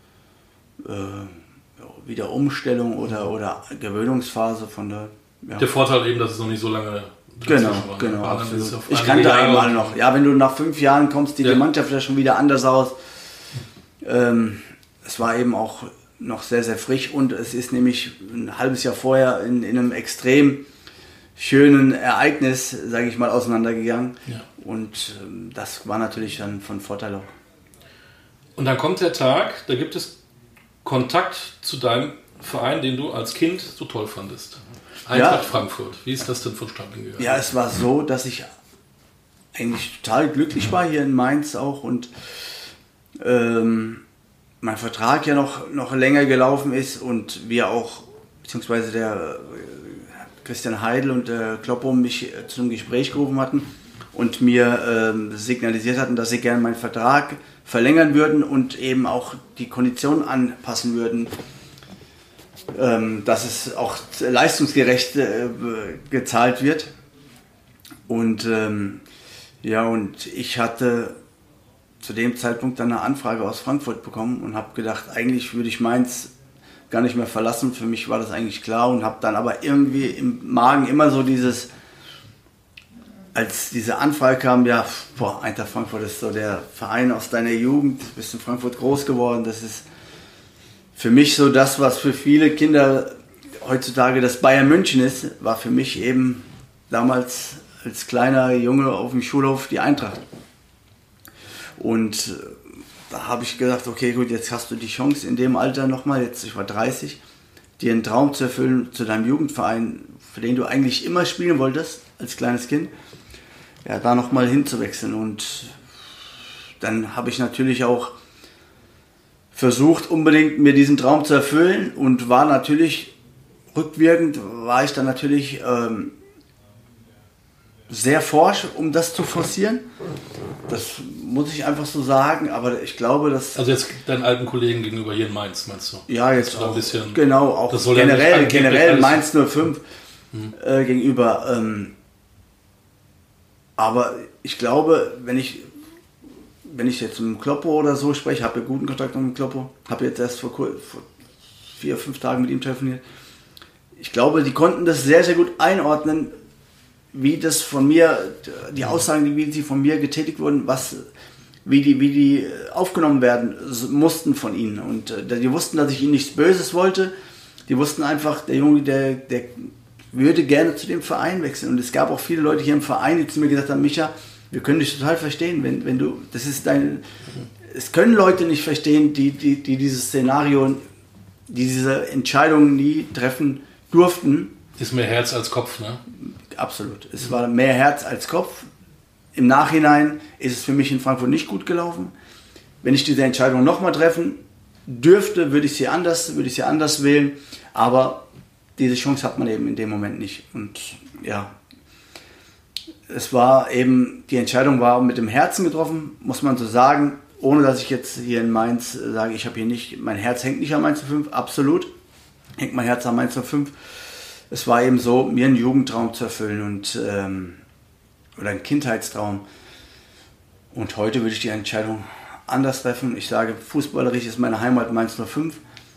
äh, wieder Umstellung oder, oder Gewöhnungsphase von der... Ja. Der Vorteil eben, dass es noch nicht so lange... Genau, war, genau, war absolut. Ich kannte einmal noch. Ja, wenn du nach fünf Jahren kommst, sieht ja die Mannschaft ja schon wieder anders aus. Ähm, es war eben auch noch sehr, sehr frisch und es ist nämlich ein halbes Jahr vorher in, in einem extrem schönen Ereignis, sage ich mal, auseinandergegangen. Ja. Und das war natürlich dann von Vorteil auch. Und dann kommt der Tag, da gibt es Kontakt zu deinem Verein, den du als Kind so toll fandest. Eintracht ja. Frankfurt. Wie ist das denn vonstatten gegangen? Ja, es war so, dass ich eigentlich total glücklich war hier in Mainz auch und ähm, mein Vertrag ja noch, noch länger gelaufen ist und wir auch, beziehungsweise der äh, Christian Heidel und der Kloppo mich äh, zum Gespräch gerufen hatten und mir äh, signalisiert hatten, dass sie gerne meinen Vertrag verlängern würden und eben auch die Konditionen anpassen würden, ähm, dass es auch leistungsgerecht äh, gezahlt wird. Und ähm, ja, und ich hatte zu dem Zeitpunkt dann eine Anfrage aus Frankfurt bekommen und habe gedacht, eigentlich würde ich Mainz gar nicht mehr verlassen. Für mich war das eigentlich klar und habe dann aber irgendwie im Magen immer so dieses, als diese Anfrage kam, ja, boah, Eintracht Frankfurt ist so der Verein aus deiner Jugend, du bist in Frankfurt groß geworden, das ist für mich so das, was für viele Kinder heutzutage das Bayern München ist, war für mich eben damals als kleiner Junge auf dem Schulhof die Eintracht. Und da habe ich gedacht, okay, gut, jetzt hast du die Chance in dem Alter nochmal, jetzt ich war dreißig, dir einen Traum zu erfüllen zu deinem Jugendverein, für den du eigentlich immer spielen wolltest, als kleines Kind, ja, da nochmal hinzuwechseln. Und dann habe ich natürlich auch versucht, unbedingt mir diesen Traum zu erfüllen und war natürlich, rückwirkend war ich dann natürlich ähm, sehr forsch, um das zu forcieren. Das muss ich einfach so sagen, aber ich glaube, dass... Also jetzt deinen alten Kollegen gegenüber hier in Mainz, meinst du? Ja, jetzt auch, ein bisschen, genau, auch das soll generell, ja generell Mainz null fünf hm. äh, gegenüber. Ähm, aber ich glaube, wenn ich, wenn ich jetzt mit dem Kloppo oder so spreche, habe ja guten Kontakt mit dem Kloppo, habe jetzt erst vor, vor vier, fünf Tagen mit ihm telefoniert. Ich glaube, die konnten das sehr, sehr gut einordnen, wie das von mir, die Aussagen, wie sie von mir getätigt wurden, was, wie die, wie die aufgenommen werden mussten von ihnen. Und äh, die wussten, dass ich ihnen nichts Böses wollte. Die wussten einfach, der Junge, der, der würde gerne zu dem Verein wechseln. Und es gab auch viele Leute hier im Verein, die zu mir gesagt haben, Micha, wir können dich total verstehen, wenn, wenn du, das ist dein, es können Leute nicht verstehen, die, die, die dieses Szenario, die diese Entscheidungen nie treffen durften. Ist mehr Herz als Kopf, ne? Absolut. Es war mehr Herz als Kopf. Im Nachhinein ist es für mich in Frankfurt nicht gut gelaufen. Wenn ich diese Entscheidung nochmal treffen dürfte, würde ich sie anders, würde ich sie anders wählen. Aber diese Chance hat man eben in dem Moment nicht. Und ja, es war eben, die Entscheidung war mit dem Herzen getroffen, muss man so sagen. Ohne dass ich jetzt hier in Mainz sage, ich habe hier nicht, mein Herz hängt nicht an Mainz null fünf. Absolut hängt mein Herz an Mainz null fünf. Es war eben so, mir einen Jugendtraum zu erfüllen und, ähm, oder einen Kindheitstraum. Und heute würde ich die Entscheidung anders treffen. Ich sage, fußballerisch ist meine Heimat Mainz null fünf.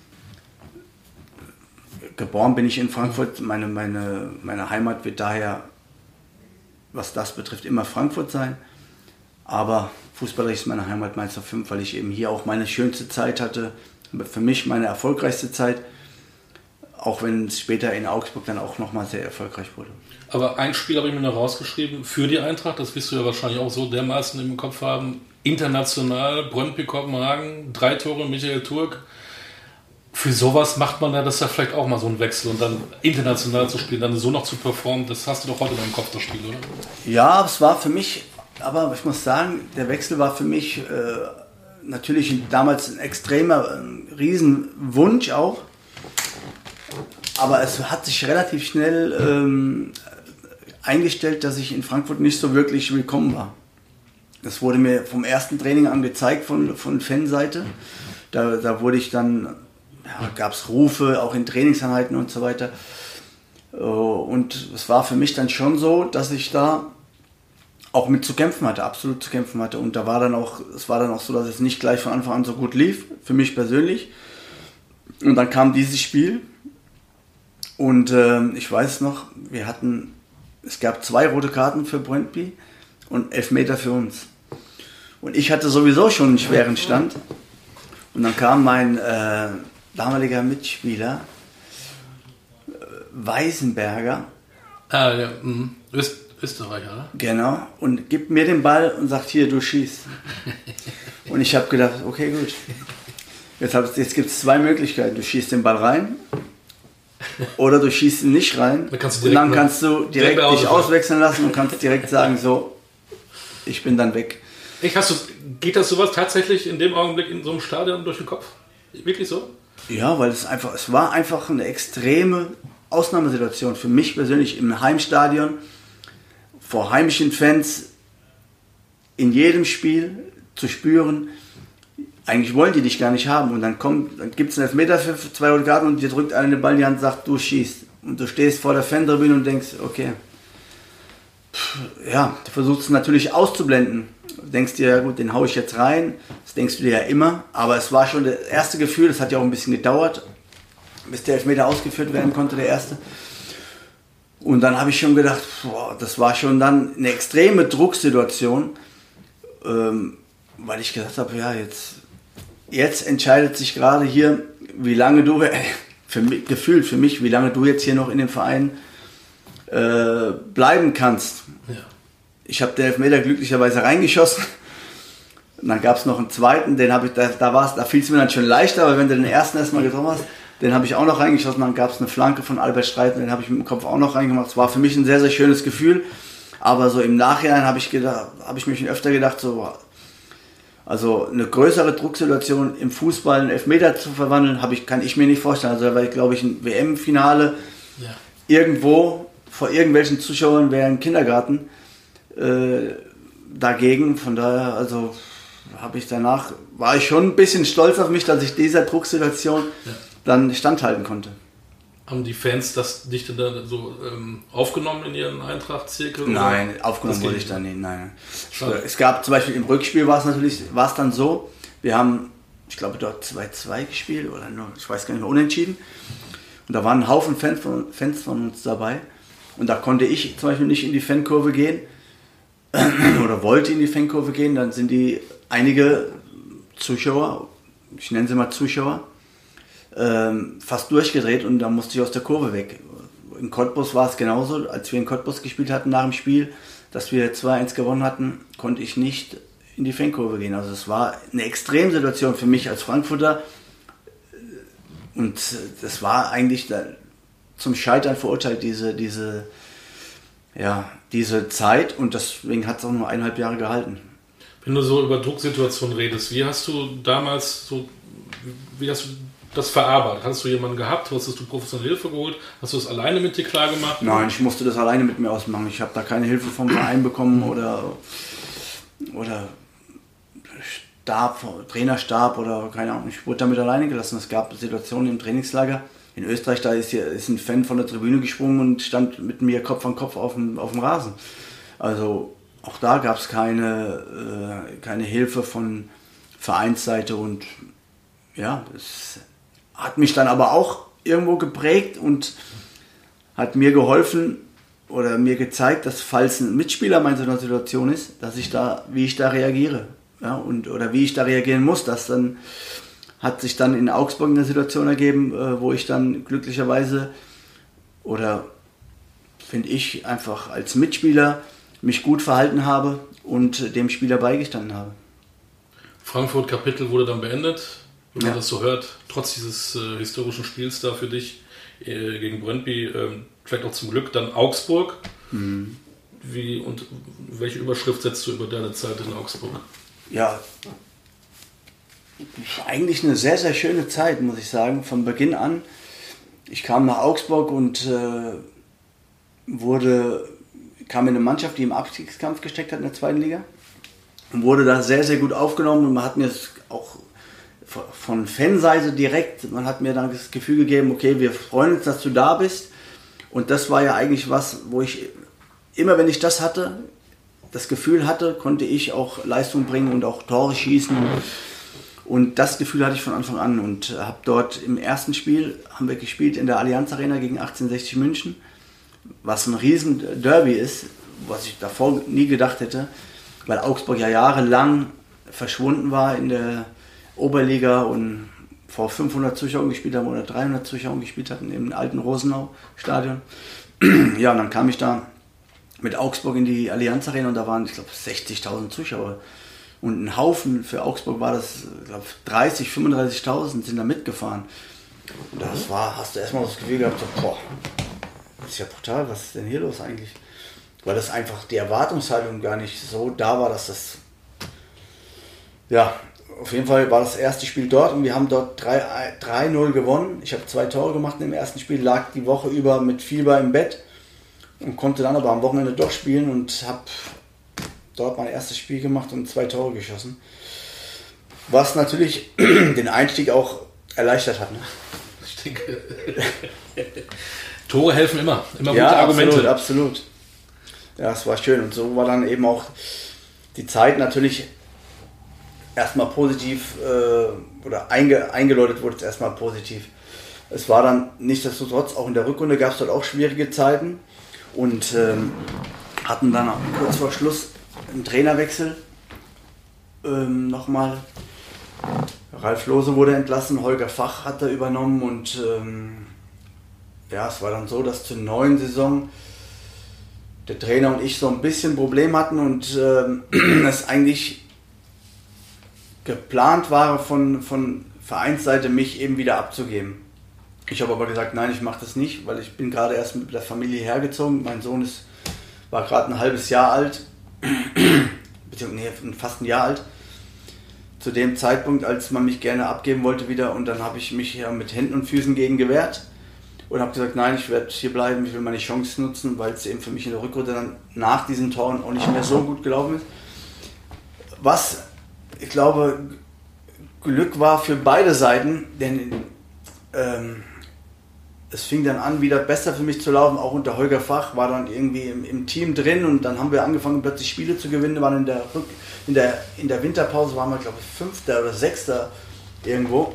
Geboren bin ich in Frankfurt. Meine, meine, meine Heimat wird daher, was das betrifft, immer Frankfurt sein. Aber fußballerisch ist meine Heimat Mainz null fünf, weil ich eben hier auch meine schönste Zeit hatte. Für mich meine erfolgreichste Zeit. Auch wenn es später in Augsburg dann auch nochmal sehr erfolgreich wurde. Aber ein Spiel habe ich mir noch rausgeschrieben für die Eintracht, das wirst du ja wahrscheinlich auch so dermaßen im Kopf haben. International, Brøndby Kopenhagen, drei Tore, Michael Turk. Für sowas macht man ja das ja vielleicht auch mal so einen Wechsel und dann international zu spielen, dann so noch zu performen, das hast du doch heute noch im Kopf, das Spiel, oder? Ja, es war für mich, aber ich muss sagen, der Wechsel war für mich äh, natürlich damals ein extremer, ein Riesenwunsch auch. Aber es hat sich relativ schnell ähm, eingestellt, dass ich in Frankfurt nicht so wirklich willkommen war. Das wurde mir vom ersten Training an gezeigt von, von Fanseite. Da, da wurde ich dann, ja, gab es Rufe, auch in Trainingseinheiten und so weiter. Und es war für mich dann schon so, dass ich da auch mit zu kämpfen hatte, absolut zu kämpfen hatte. Und da war dann auch, es war dann auch so, dass es nicht gleich von Anfang an so gut lief, für mich persönlich. Und dann kam dieses Spiel. Und äh, ich weiß noch, wir hatten, es gab zwei rote Karten für Brøndby und Elfmeter für uns. Und ich hatte sowieso schon einen schweren Stand. Und dann kam mein äh, damaliger Mitspieler, äh, Weisenberger. Ah, ja. Mhm. Du bist Österreicher, oder? Genau. Und gibt mir den Ball und sagt, hier, du schießt. Und ich habe gedacht, okay, gut. Jetzt, jetzt gibt es zwei Möglichkeiten. Du schießt den Ball rein oder du schießt ihn nicht rein. Dann kannst du und dann direkt, kannst du direkt, direkt dich auswechseln lassen und kannst direkt sagen, so, ich bin dann weg. Echt, hast du, geht das sowas tatsächlich in dem Augenblick in so einem Stadion durch den Kopf? Wirklich so? Ja, weil es einfach, es war einfach eine extreme Ausnahmesituation für mich persönlich im Heimstadion, vor heimischen Fans in jedem Spiel zu spüren, eigentlich wollen die dich gar nicht haben und dann, kommt, dann gibt es einen Elfmeter für zwei rote Karten und dir drückt einer den Ball in die Hand und sagt, du schießt. Und du stehst vor der Fantribüne und denkst, okay, pff, ja, du versuchst es natürlich auszublenden. Du denkst dir, ja gut, den hau ich jetzt rein, das denkst du dir ja immer, aber es war schon das erste Gefühl, das hat ja auch ein bisschen gedauert, bis der Elfmeter ausgeführt werden konnte, der erste. Und dann habe ich schon gedacht, boah, das war schon dann eine extreme Drucksituation, ähm, weil ich gedacht habe, ja, jetzt, jetzt entscheidet sich gerade hier, wie lange du, äh, für mich, gefühlt für mich, wie lange du jetzt hier noch in dem Verein äh, bleiben kannst. Ja. Ich habe den Elfmeter glücklicherweise reingeschossen. Und dann gab es noch einen zweiten, den habe ich, da, da, war's, da fiel es mir dann schon leichter, aber wenn du den ersten erstmal getroffen hast, den habe ich auch noch reingeschossen. Dann gab es eine Flanke von Albert Streiten, den habe ich mit dem Kopf auch noch reingemacht. Es war für mich ein sehr, sehr schönes Gefühl. Aber so im Nachhinein habe ich, hab ich mir schon öfter gedacht, so, also eine größere Drucksituation im Fußball, einen Elfmeter zu verwandeln, habe ich, kann ich mir nicht vorstellen. Also da war ich, glaube ich, ein W M-Finale ja. irgendwo vor irgendwelchen Zuschauern wäre ein Kindergarten äh, dagegen. Von daher, also habe ich danach, war ich schon ein bisschen stolz auf mich, dass ich dieser Drucksituation ja. dann standhalten konnte. Haben die Fans das dich denn da so ähm, aufgenommen in ihren Eintracht-Zirkel? Nein, oder? aufgenommen wurde ich da nicht, nein. Schade. Es gab zum Beispiel im Rückspiel war es natürlich, war es dann so, wir haben, ich glaube dort zwei zwei gespielt oder nur, ich weiß gar nicht mehr, unentschieden. Und da waren ein Haufen Fans von, Fans von uns dabei. Und da konnte ich zum Beispiel nicht in die Fankurve gehen oder wollte in die Fankurve gehen. Dann sind die einige Zuschauer, ich nenne sie mal Zuschauer, ähm, fast durchgedreht und da musste ich aus der Kurve weg. In Cottbus war es genauso, als wir in Cottbus gespielt hatten nach dem Spiel, dass wir zwei eins gewonnen hatten, konnte ich nicht in die Fankurve gehen. Also es war eine Extremsituation für mich als Frankfurter und das war eigentlich da zum Scheitern verurteilt, diese, diese, ja, diese Zeit und deswegen hat es auch nur eineinhalb Jahre gehalten. Wenn du so über Drucksituationen redest, wie hast du damals so, wie hast du das verarbeitet? Hast du jemanden gehabt? Hast du professionelle Hilfe geholt? Hast du das alleine mit dir klar gemacht? Nein, ich musste das alleine mit mir ausmachen. Ich habe da keine Hilfe vom Verein bekommen oder, oder Stab, Trainerstab oder keine Ahnung. Ich wurde damit alleine gelassen. Es gab Situationen im Trainingslager. In Österreich, da ist, hier, ist ein Fan von der Tribüne gesprungen und stand mit mir Kopf an Kopf auf dem, auf dem Rasen. Also auch da gab es keine, äh, keine Hilfe von Vereinsseite und ja, es hat mich dann aber auch irgendwo geprägt und hat mir geholfen oder mir gezeigt, dass falls ein Mitspieler in so einer Situation ist, dass ich da, wie ich da reagiere, ja, und oder wie ich da reagieren muss. Das dann hat sich dann in Augsburg eine Situation ergeben, wo ich dann glücklicherweise oder finde ich einfach als Mitspieler mich gut verhalten habe und dem Spieler beigestanden habe. Frankfurt-Kapitel wurde dann beendet. Wenn man ja. das so hört, trotz dieses äh, historischen Spiels da für dich äh, gegen Brøndby, äh, vielleicht auch zum Glück dann Augsburg. Mhm. Wie und welche Überschrift setzt du über deine Zeit in Augsburg? Ja, eigentlich eine sehr, sehr schöne Zeit, muss ich sagen, von Beginn an. Ich kam nach Augsburg und äh, wurde, kam in eine Mannschaft, die im Abstiegskampf gesteckt hat in der zweiten Liga und wurde da sehr, sehr gut aufgenommen und man hat mir das auch von Fanseite direkt, man hat mir dann das Gefühl gegeben, okay, wir freuen uns, dass du da bist. Und das war ja eigentlich was, wo ich, immer wenn ich das hatte, das Gefühl hatte, konnte ich auch Leistung bringen und auch Tore schießen. Und das Gefühl hatte ich von Anfang an und habe dort im ersten Spiel, haben wir gespielt in der Allianz Arena gegen achtzehnhundertsechzig München, was ein riesen Derby ist, was ich davor nie gedacht hätte, weil Augsburg ja jahrelang verschwunden war in der Oberliga und vor fünfhundert Zuschauern gespielt haben oder dreihundert Zuschauern gespielt hatten im alten Rosenau-Stadion. Ja, und dann kam ich da mit Augsburg in die Allianz Arena und da waren, ich glaube, sechzigtausend Zuschauer. Und ein Haufen für Augsburg war das, ich glaube, dreißig, fünfunddreißigtausend sind da mitgefahren. Und das war, hast du erstmal das Gefühl gehabt, so, boah, das ist ja brutal, was ist denn hier los eigentlich? Weil das einfach die Erwartungshaltung gar nicht so da war, dass das, ja, auf jeden Fall war das erste Spiel dort und wir haben dort drei null gewonnen. Ich habe zwei Tore gemacht im ersten Spiel, lag die Woche über mit Fieber im Bett und konnte dann aber am Wochenende doch spielen und habe dort mein erstes Spiel gemacht und zwei Tore geschossen. Was natürlich den Einstieg auch erleichtert hat. Ne? Ich denke, Tore helfen immer. Immer ja, gute Argumente. Absolut, absolut. Ja, es war schön. Und so war dann eben auch die Zeit natürlich erstmal positiv äh, oder einge, eingeläutet wurde es erstmal positiv. Es war dann nichtsdestotrotz, auch in der Rückrunde gab es dort auch schwierige Zeiten und ähm, hatten dann kurz vor Schluss einen Trainerwechsel ähm, nochmal. Ralf Lohse wurde entlassen, Holger Fach hat er übernommen und ähm, ja, es war dann so, dass zur neuen Saison der Trainer und ich so ein bisschen Problem hatten und ähm, es eigentlich geplant war von, von Vereinsseite mich eben wieder abzugeben. Ich habe aber gesagt, nein, ich mache das nicht, weil ich bin gerade erst mit der Familie hergezogen. Mein Sohn ist, war gerade ein halbes Jahr alt, beziehungsweise nee, fast ein Jahr alt, zu dem Zeitpunkt, als man mich gerne abgeben wollte wieder. Und dann habe ich mich ja mit Händen und Füßen gegen gewehrt und habe gesagt, nein, ich werde hier bleiben, ich will meine Chance nutzen, weil es eben für mich in der Rückrunde dann nach diesen Toren auch nicht mehr so gut gelaufen ist. Was, ich glaube, Glück war für beide Seiten, denn ähm, es fing dann an, wieder besser für mich zu laufen, auch unter Holger Fach, war dann irgendwie im, im Team drin und dann haben wir angefangen, plötzlich Spiele zu gewinnen, waren in der, Rück, in der, in der Winterpause, waren wir, glaube ich, Fünfter oder Sechster irgendwo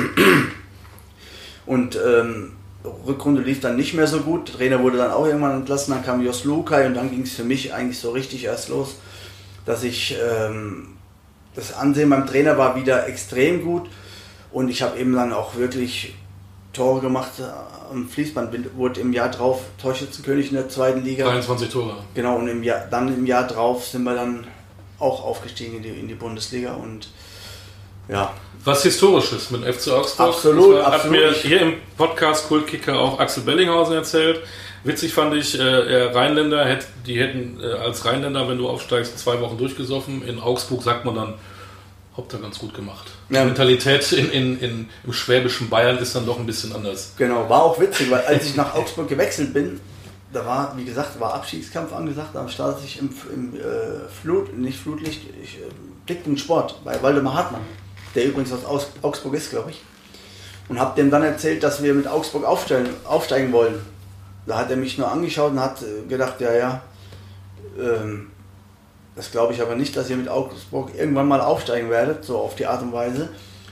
und ähm, Rückrunde lief dann nicht mehr so gut, der Trainer wurde dann auch irgendwann entlassen, dann kam Jos Lukai und dann ging es für mich eigentlich so richtig erst los, dass ich, ähm, das Ansehen beim Trainer war wieder extrem gut und ich habe eben dann auch wirklich Tore gemacht am Fließband, wurde im Jahr drauf Torschützenkönig in der zweiten Liga. dreiundzwanzig Tore. Genau, und im Jahr, dann im Jahr drauf sind wir dann auch aufgestiegen in die, in die Bundesliga und ja. Was Historisches mit dem F C Augsburg. Absolut, das war, absolut. Hat mir hier im Podcast Kultkicker auch Axel Bellinghausen erzählt. Witzig fand ich, äh, er Rheinländer, hätt, die hätten äh, als Rheinländer, wenn du aufsteigst, zwei Wochen durchgesoffen. In Augsburg sagt man dann, habt ihr ganz gut gemacht. Die ja. Mentalität in, in, in, im schwäbischen Bayern ist dann doch ein bisschen anders. Genau, war auch witzig, weil als ich nach Augsburg gewechselt bin, da war, wie gesagt, war Abstiegskampf angesagt, da startete ich im, im äh, Flut, nicht Flutlicht, ich, äh, Blickpunkt Sport bei Waldemar Hartmann, der übrigens aus, aus Augsburg ist, glaube ich. Und habe dem dann erzählt, dass wir mit Augsburg aufsteigen, aufsteigen wollen. Da hat er mich nur angeschaut und hat gedacht, ja, ja, ähm, das glaube ich aber nicht, dass ihr mit Augsburg irgendwann mal aufsteigen werdet, so auf die Art und Weise.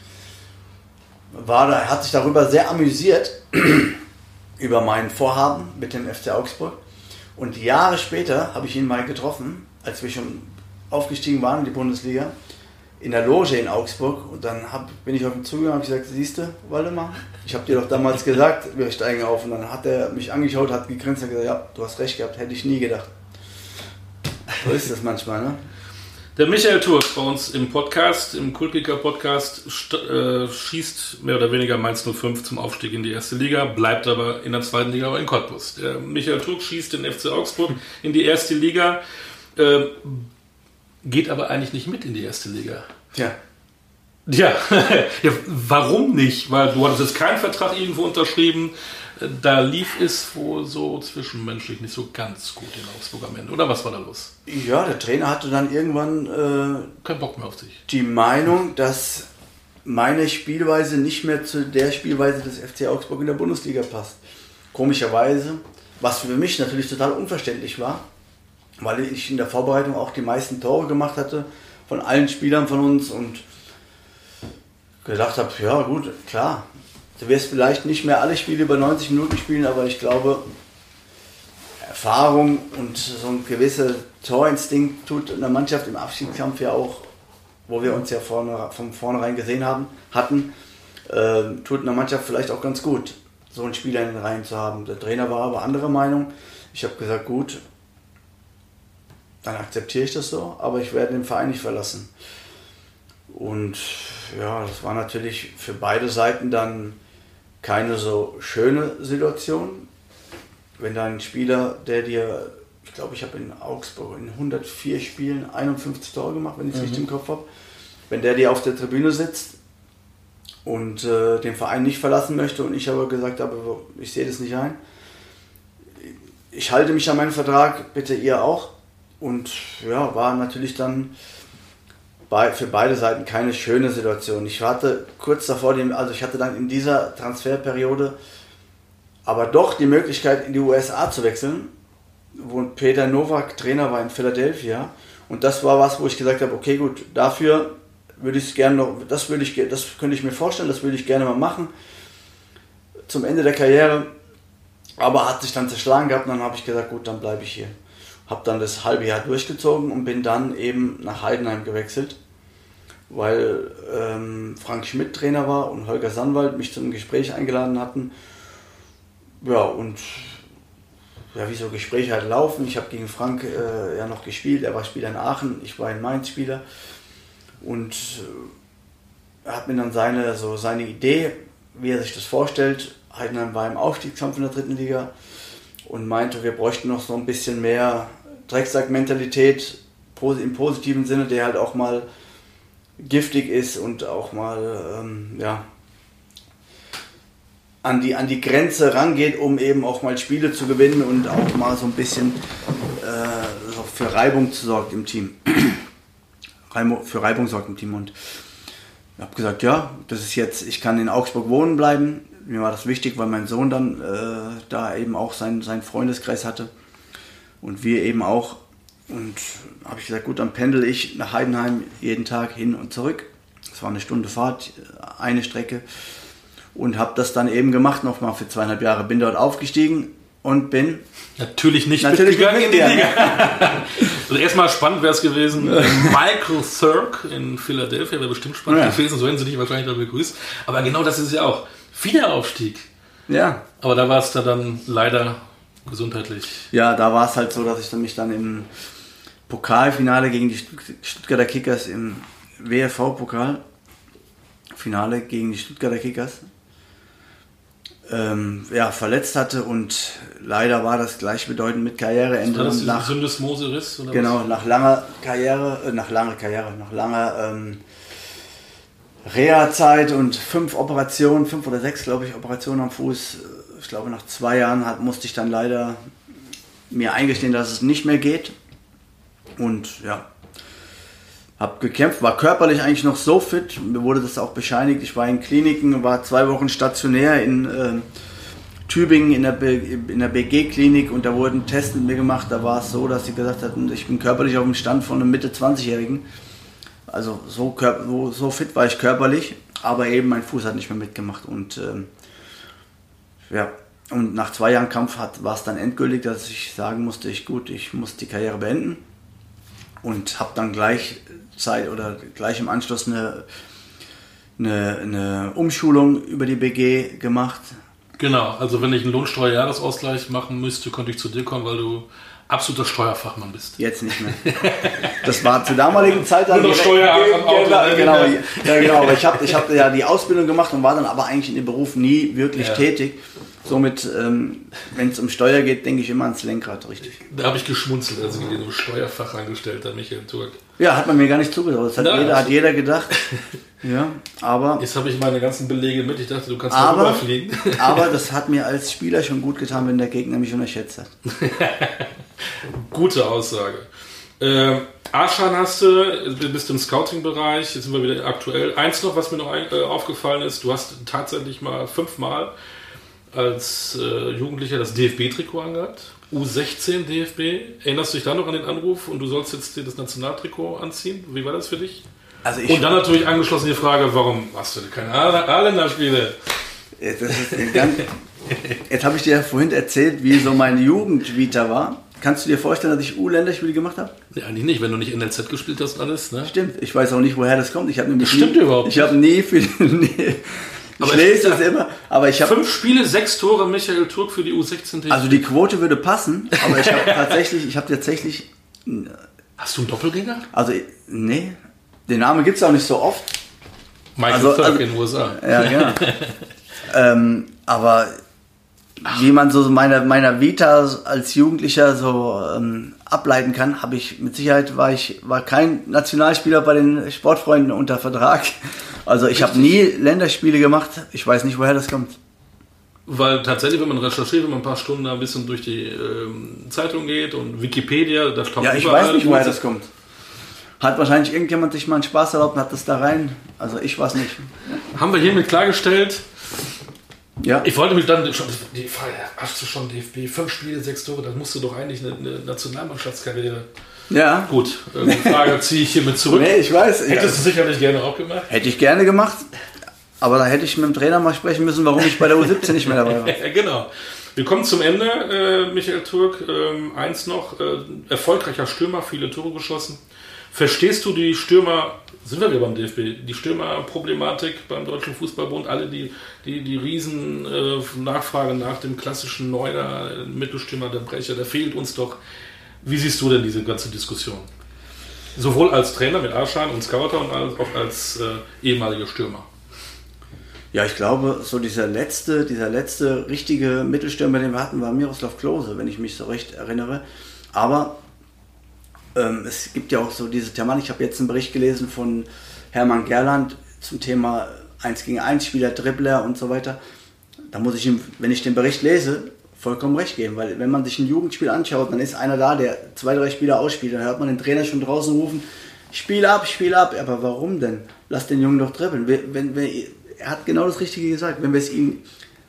War da, hat sich darüber sehr amüsiert, über mein Vorhaben mit dem F C Augsburg. Und Jahre später habe ich ihn mal getroffen, als wir schon aufgestiegen waren in die Bundesliga, in der Loge in Augsburg. Und dann hab, bin ich auf ihn zugegangen und habe gesagt, siehst du, Waldemar, ich habe dir doch damals gesagt, wir steigen auf. Und dann hat er mich angeschaut, hat gegrinst und gesagt, ja, du hast recht gehabt, hätte ich nie gedacht. So ist das manchmal, ne? Der Michael Turk bei uns im Podcast, im Kultkicker-Podcast, äh, schießt mehr oder weniger Mainz null fünf zum Aufstieg in die erste Liga, bleibt aber in der zweiten Liga aber in Cottbus. Der Michael Turk schießt den F C Augsburg in die erste Liga, äh, geht aber eigentlich nicht mit in die erste Liga. Tja. Ja, ja, warum nicht? Weil du hattest jetzt keinen Vertrag irgendwo unterschrieben. Da lief es wohl so zwischenmenschlich nicht so ganz gut in Augsburg am Ende. Oder was war da los? Ja, der Trainer hatte dann irgendwann äh, keinen Bock mehr auf sich. Die Meinung, dass meine Spielweise nicht mehr zu der Spielweise des F C Augsburg in der Bundesliga passt. Komischerweise, was für mich natürlich total unverständlich war, weil ich in der Vorbereitung auch die meisten Tore gemacht hatte von allen Spielern von uns und gedacht habe, ja gut, klar, du wirst vielleicht nicht mehr alle Spiele über neunzig Minuten spielen, aber ich glaube, Erfahrung und so ein gewisser Torinstinkt tut einer Mannschaft im Abstiegskampf ja auch, wo wir uns ja vorne, von vornherein gesehen haben, hatten, äh, tut einer Mannschaft vielleicht auch ganz gut, so einen Spieler in den Reihen zu haben. Der Trainer war aber anderer Meinung. Ich habe gesagt, gut, dann akzeptiere ich das so, aber ich werde den Verein nicht verlassen. Und ja, das war natürlich für beide Seiten dann keine so schöne Situation. Wenn da ein Spieler, der dir, ich glaube, ich habe in Augsburg in hundertvier Spielen einundfünfzig Tore gemacht, wenn ich es mhm. richtig im Kopf habe, wenn der dir auf der Tribüne sitzt und äh, den Verein nicht verlassen möchte und ich aber gesagt habe, ich sehe das nicht ein. Ich halte mich an meinen Vertrag, bitte ihr auch. Und ja, war natürlich dann bei, für beide Seiten keine schöne Situation. Ich hatte kurz davor, den, also ich hatte dann in dieser Transferperiode aber doch die Möglichkeit, in die U S A zu wechseln, wo Peter Nowak Trainer war in Philadelphia. Und das war was, wo ich gesagt habe, okay gut, dafür würde ich es gerne noch, das würde ich, das könnte ich mir vorstellen, das würde ich gerne mal machen zum Ende der Karriere. Aber hat sich dann zerschlagen gehabt und dann habe ich gesagt, gut, dann bleibe ich hier. Habe dann das halbe Jahr durchgezogen und bin dann eben nach Heidenheim gewechselt, weil ähm, Frank Schmidt Trainer war und Holger Sandwald mich zum Gespräch eingeladen hatten. Ja, und ja, wie so Gespräche halt laufen. Ich habe gegen Frank äh, ja noch gespielt, er war Spieler in Aachen, ich war in Mainz Spieler. Und äh, er hat mir dann seine, so seine Idee, wie er sich das vorstellt. Heidenheim war im Aufstiegskampf in der dritten Liga und meinte, wir bräuchten noch so ein bisschen mehr Drecksack-Mentalität im positiven Sinne, der halt auch mal giftig ist und auch mal ähm, ja, an die, an die Grenze rangeht, um eben auch mal Spiele zu gewinnen und auch mal so ein bisschen äh, so für Reibung sorgt im Team. Für Reibung sorgt im Team und ich habe gesagt, ja, das ist jetzt, ich kann in Augsburg wohnen bleiben. Mir war das wichtig, weil mein Sohn dann äh, da eben auch sein, seinen Freundeskreis hatte und wir eben auch. Und habe ich gesagt, gut, dann pendel ich nach Heidenheim jeden Tag hin und zurück. Es war eine Stunde Fahrt, eine Strecke. Und habe das dann eben gemacht, nochmal für zweieinhalb Jahre. Bin dort aufgestiegen und bin natürlich nicht natürlich mitgegangen mit in die Liga. Also erstmal spannend wäre es gewesen, Michael Thurk in Philadelphia wäre bestimmt spannend ja. gewesen, so hätten sie dich wahrscheinlich da begrüßt. Aber genau das ist ja auch Wiederaufstieg. Ja. Aber da war es da dann leider gesundheitlich. Ja, da war es halt so, dass ich dann mich dann im Pokalfinale gegen die Stuttgarter Kickers im W F V-Pokal Finale gegen die Stuttgarter Kickers ähm, ja, verletzt hatte und leider war das gleichbedeutend mit Karriereende. War das nach Syndesmose-Riss? Oder genau, was? nach langer Karriere, äh, nach langer Karriere, nach langer ähm, Reha-Zeit und fünf Operationen, fünf oder sechs, glaube ich, Operationen am Fuß. Ich glaube, nach zwei Jahren hat, musste ich dann leider mir eingestehen, dass es nicht mehr geht. Und ja, habe gekämpft, war körperlich eigentlich noch so fit, mir wurde das auch bescheinigt. Ich war in Kliniken, war zwei Wochen stationär in äh, Tübingen in der, B- in der B G-Klinik und da wurden Tests mit mir gemacht. Da war es so, dass sie gesagt hatten, ich bin körperlich auf dem Stand von einem Mitte zwanzigjährigen. Also so, so, so fit war ich körperlich, aber eben mein Fuß hat nicht mehr mitgemacht. Und ähm, ja, und nach zwei Jahren Kampf hat, war es dann endgültig, dass ich sagen musste, ich gut, ich muss die Karriere beenden. Und habe dann gleich Zeit oder gleich im Anschluss eine, eine, eine Umschulung über die B G gemacht. Genau, also wenn ich einen Lohnsteuerjahresausgleich machen müsste, konnte ich zu dir kommen, weil du absoluter Steuerfachmann bist. Jetzt nicht mehr. Das war zur damaligen Zeit dann... Nur noch Steuer am Auto. Genau, genau, ja, genau. Aber ich habe ich hab ja die Ausbildung gemacht und war dann aber eigentlich in dem Beruf nie wirklich ja. tätig. Somit, ähm, wenn es um Steuer geht, denke ich immer ans Lenkrad, richtig. Da habe ich geschmunzelt, als ich den Steuerfachangestellter Michael Thurk. Ja, hat man mir gar nicht zugetraut. Das hat, Na, jeder, hat jeder gedacht. Ja, aber... Jetzt habe ich meine ganzen Belege mit. Ich dachte, du kannst mal rüberfliegen. Aber das hat mir als Spieler schon gut getan, wenn der Gegner mich unterschätzt hat. Gute Aussage. Äh, Aschan hast du, du bist im Scouting-Bereich, jetzt sind wir wieder aktuell. Eins noch, was mir noch ein, äh, aufgefallen ist, du hast tatsächlich mal fünfmal als äh, Jugendlicher das D F B-Trikot angehabt. U sechzehn D F B. Erinnerst du dich da noch an den Anruf und du sollst jetzt dir das Nationaltrikot anziehen? Wie war das für dich? Also ich und dann natürlich angeschlossen die Frage, warum hast du keine A-Länderspiele? Jetzt, jetzt habe ich dir ja vorhin erzählt, wie so meine Jugendvita war. Kannst du dir vorstellen, dass ich U-Länderspiele gemacht habe? Ja, eigentlich nicht, wenn du nicht N L Z gespielt hast und alles. Ne? Stimmt, ich weiß auch nicht, woher das kommt. Ich habe nämlich das stimmt nie, überhaupt nicht. Ich habe nie für nee, ich lese das immer, aber ich habe... Fünf Spiele, sechs Tore, Michael Thurk für die U sechzehn. Also die Quote würde passen, aber ich habe tatsächlich, ich habe tatsächlich Hast du einen Doppelgänger? Also, nee, den Namen gibt es auch nicht so oft. Michael also, Thurk also, in den U S A. Ja, genau. ähm, aber wie man so meiner meiner Vita als Jugendlicher so ähm, ableiten kann, habe ich mit Sicherheit war ich war kein Nationalspieler bei den Sportfreunden unter Vertrag. Also ich habe nie Länderspiele gemacht. Ich weiß nicht, woher das kommt. Weil tatsächlich, wenn man recherchiert, wenn man ein paar Stunden da ein bisschen durch die ähm, Zeitung geht und Wikipedia, da taucht ja, ich weiß nicht, woher das kommt. Hat wahrscheinlich irgendjemand sich mal einen Spaß erlaubt und hat das da rein. Also ich weiß nicht. Haben wir hiermit klargestellt. Ja. Ich wollte mich dann schon, die Frage, hast du schon D F B, fünf Spiele, sechs Tore, dann musst du doch eigentlich eine, eine Nationalmannschaftskarriere. Ja. Gut, die Frage ziehe ich hiermit zurück. Nee, ich weiß. Hättest ja. du sicherlich gerne auch gemacht? Hätte ich gerne gemacht, aber da hätte ich mit dem Trainer mal sprechen müssen, warum ich bei der U siebzehn nicht mehr dabei war. Ja, genau. Wir kommen zum Ende, äh, Michael Thurk. Ähm, eins noch, äh, erfolgreicher Stürmer, viele Tore geschossen. Verstehst du die Stürmer, sind wir wieder beim D F B, die Stürmerproblematik beim Deutschen Fußballbund, alle die, die, die riesen äh, Nachfrage nach dem klassischen Neuner, Mittelstürmer, der Brecher, der fehlt uns doch. Wie siehst du denn diese ganze Diskussion? Sowohl als Trainer mit Aschan und Scouter und als, auch als äh, ehemaliger Stürmer. Ja, ich glaube, so dieser letzte, dieser letzte richtige Mittelstürmer, den wir hatten, war Miroslav Klose, wenn ich mich so recht erinnere. Aber ähm, es gibt ja auch so diese Thematik, ich habe jetzt einen Bericht gelesen von Hermann Gerland zum Thema eins gegen eins Spieler, Dribbler und so weiter. Da muss ich ihm, wenn ich den Bericht lese, vollkommen recht geben, weil wenn man sich ein Jugendspiel anschaut, dann ist einer da, der zwei, drei Spieler ausspielt, dann hört man den Trainer schon draußen rufen, Spiel ab, Spiel ab, aber warum denn? Lass den Jungen doch dribbeln. Wenn, wenn, wenn, er hat genau das Richtige gesagt, wenn wir es ihm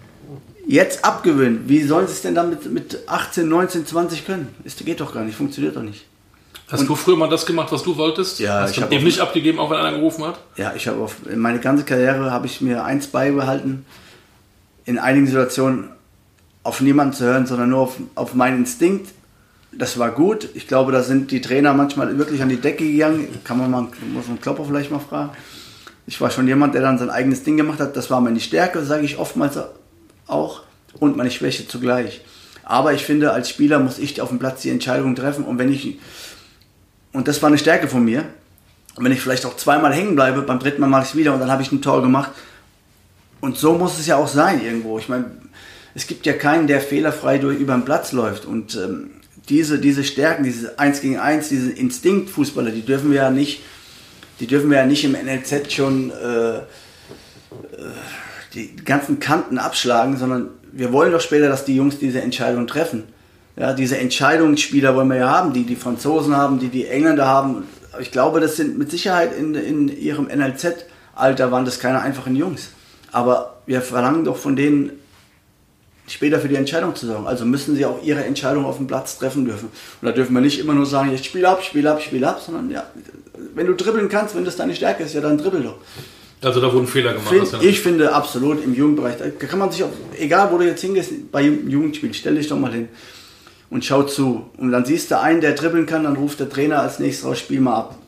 jetzt abgewöhnen, wie sollen sie es denn dann mit, mit achtzehn, neunzehn, zwanzig können? Das geht doch gar nicht, funktioniert doch nicht. Hast und, du früher mal das gemacht, was du wolltest? Ja, Hast ich du eben nicht abgegeben, auch wenn einer gerufen hat? Ja, ich habe auf meine ganze Karriere habe ich mir eins beibehalten, in einigen Situationen auf niemanden zu hören, sondern nur auf, auf meinen Instinkt. Das war gut. Ich glaube, da sind die Trainer manchmal wirklich an die Decke gegangen. Kann man mal, muss man Klopper vielleicht mal fragen. Ich war schon jemand, der dann sein eigenes Ding gemacht hat. Das war meine Stärke, sage ich oftmals auch, und meine Schwäche zugleich. Aber ich finde, als Spieler muss ich auf dem Platz die Entscheidung treffen. Und wenn ich, und das war eine Stärke von mir, und wenn ich vielleicht auch zweimal hängen bleibe, beim dritten Mal mache ich es wieder und dann habe ich ein Tor gemacht. Und so muss es ja auch sein irgendwo. Ich meine, es gibt ja keinen, der fehlerfrei durch über den Platz läuft. Und ähm, diese, diese Stärken, diese eins gegen eins, diese Instinktfußballer, die dürfen wir ja nicht, die dürfen wir ja nicht im N L Z schon äh, äh, die ganzen Kanten abschlagen, sondern wir wollen doch später, dass die Jungs diese Entscheidung treffen. Ja, diese Entscheidungsspieler wollen wir ja haben, die die Franzosen haben, die die Engländer haben. Ich glaube, das sind mit Sicherheit in, in ihrem N L Z-Alter waren das keine einfachen Jungs. Aber wir verlangen doch von denen, später für die Entscheidung zu sorgen. Also müssen sie auch ihre Entscheidung auf dem Platz treffen dürfen. Und da dürfen wir nicht immer nur sagen, jetzt spiel ab, spiel ab, spiel ab, sondern ja, wenn du dribbeln kannst, wenn das deine Stärke ist, ja dann dribbel doch. Also da wurden Fehler gemacht. Find, ich finde absolut im Jugendbereich, da kann man sich auch, egal wo du jetzt hingehst, bei Jugendspielen, stell dich doch mal hin und schau zu. Und dann siehst du einen, der dribbeln kann, dann ruft der Trainer als nächstes raus, spiel mal ab.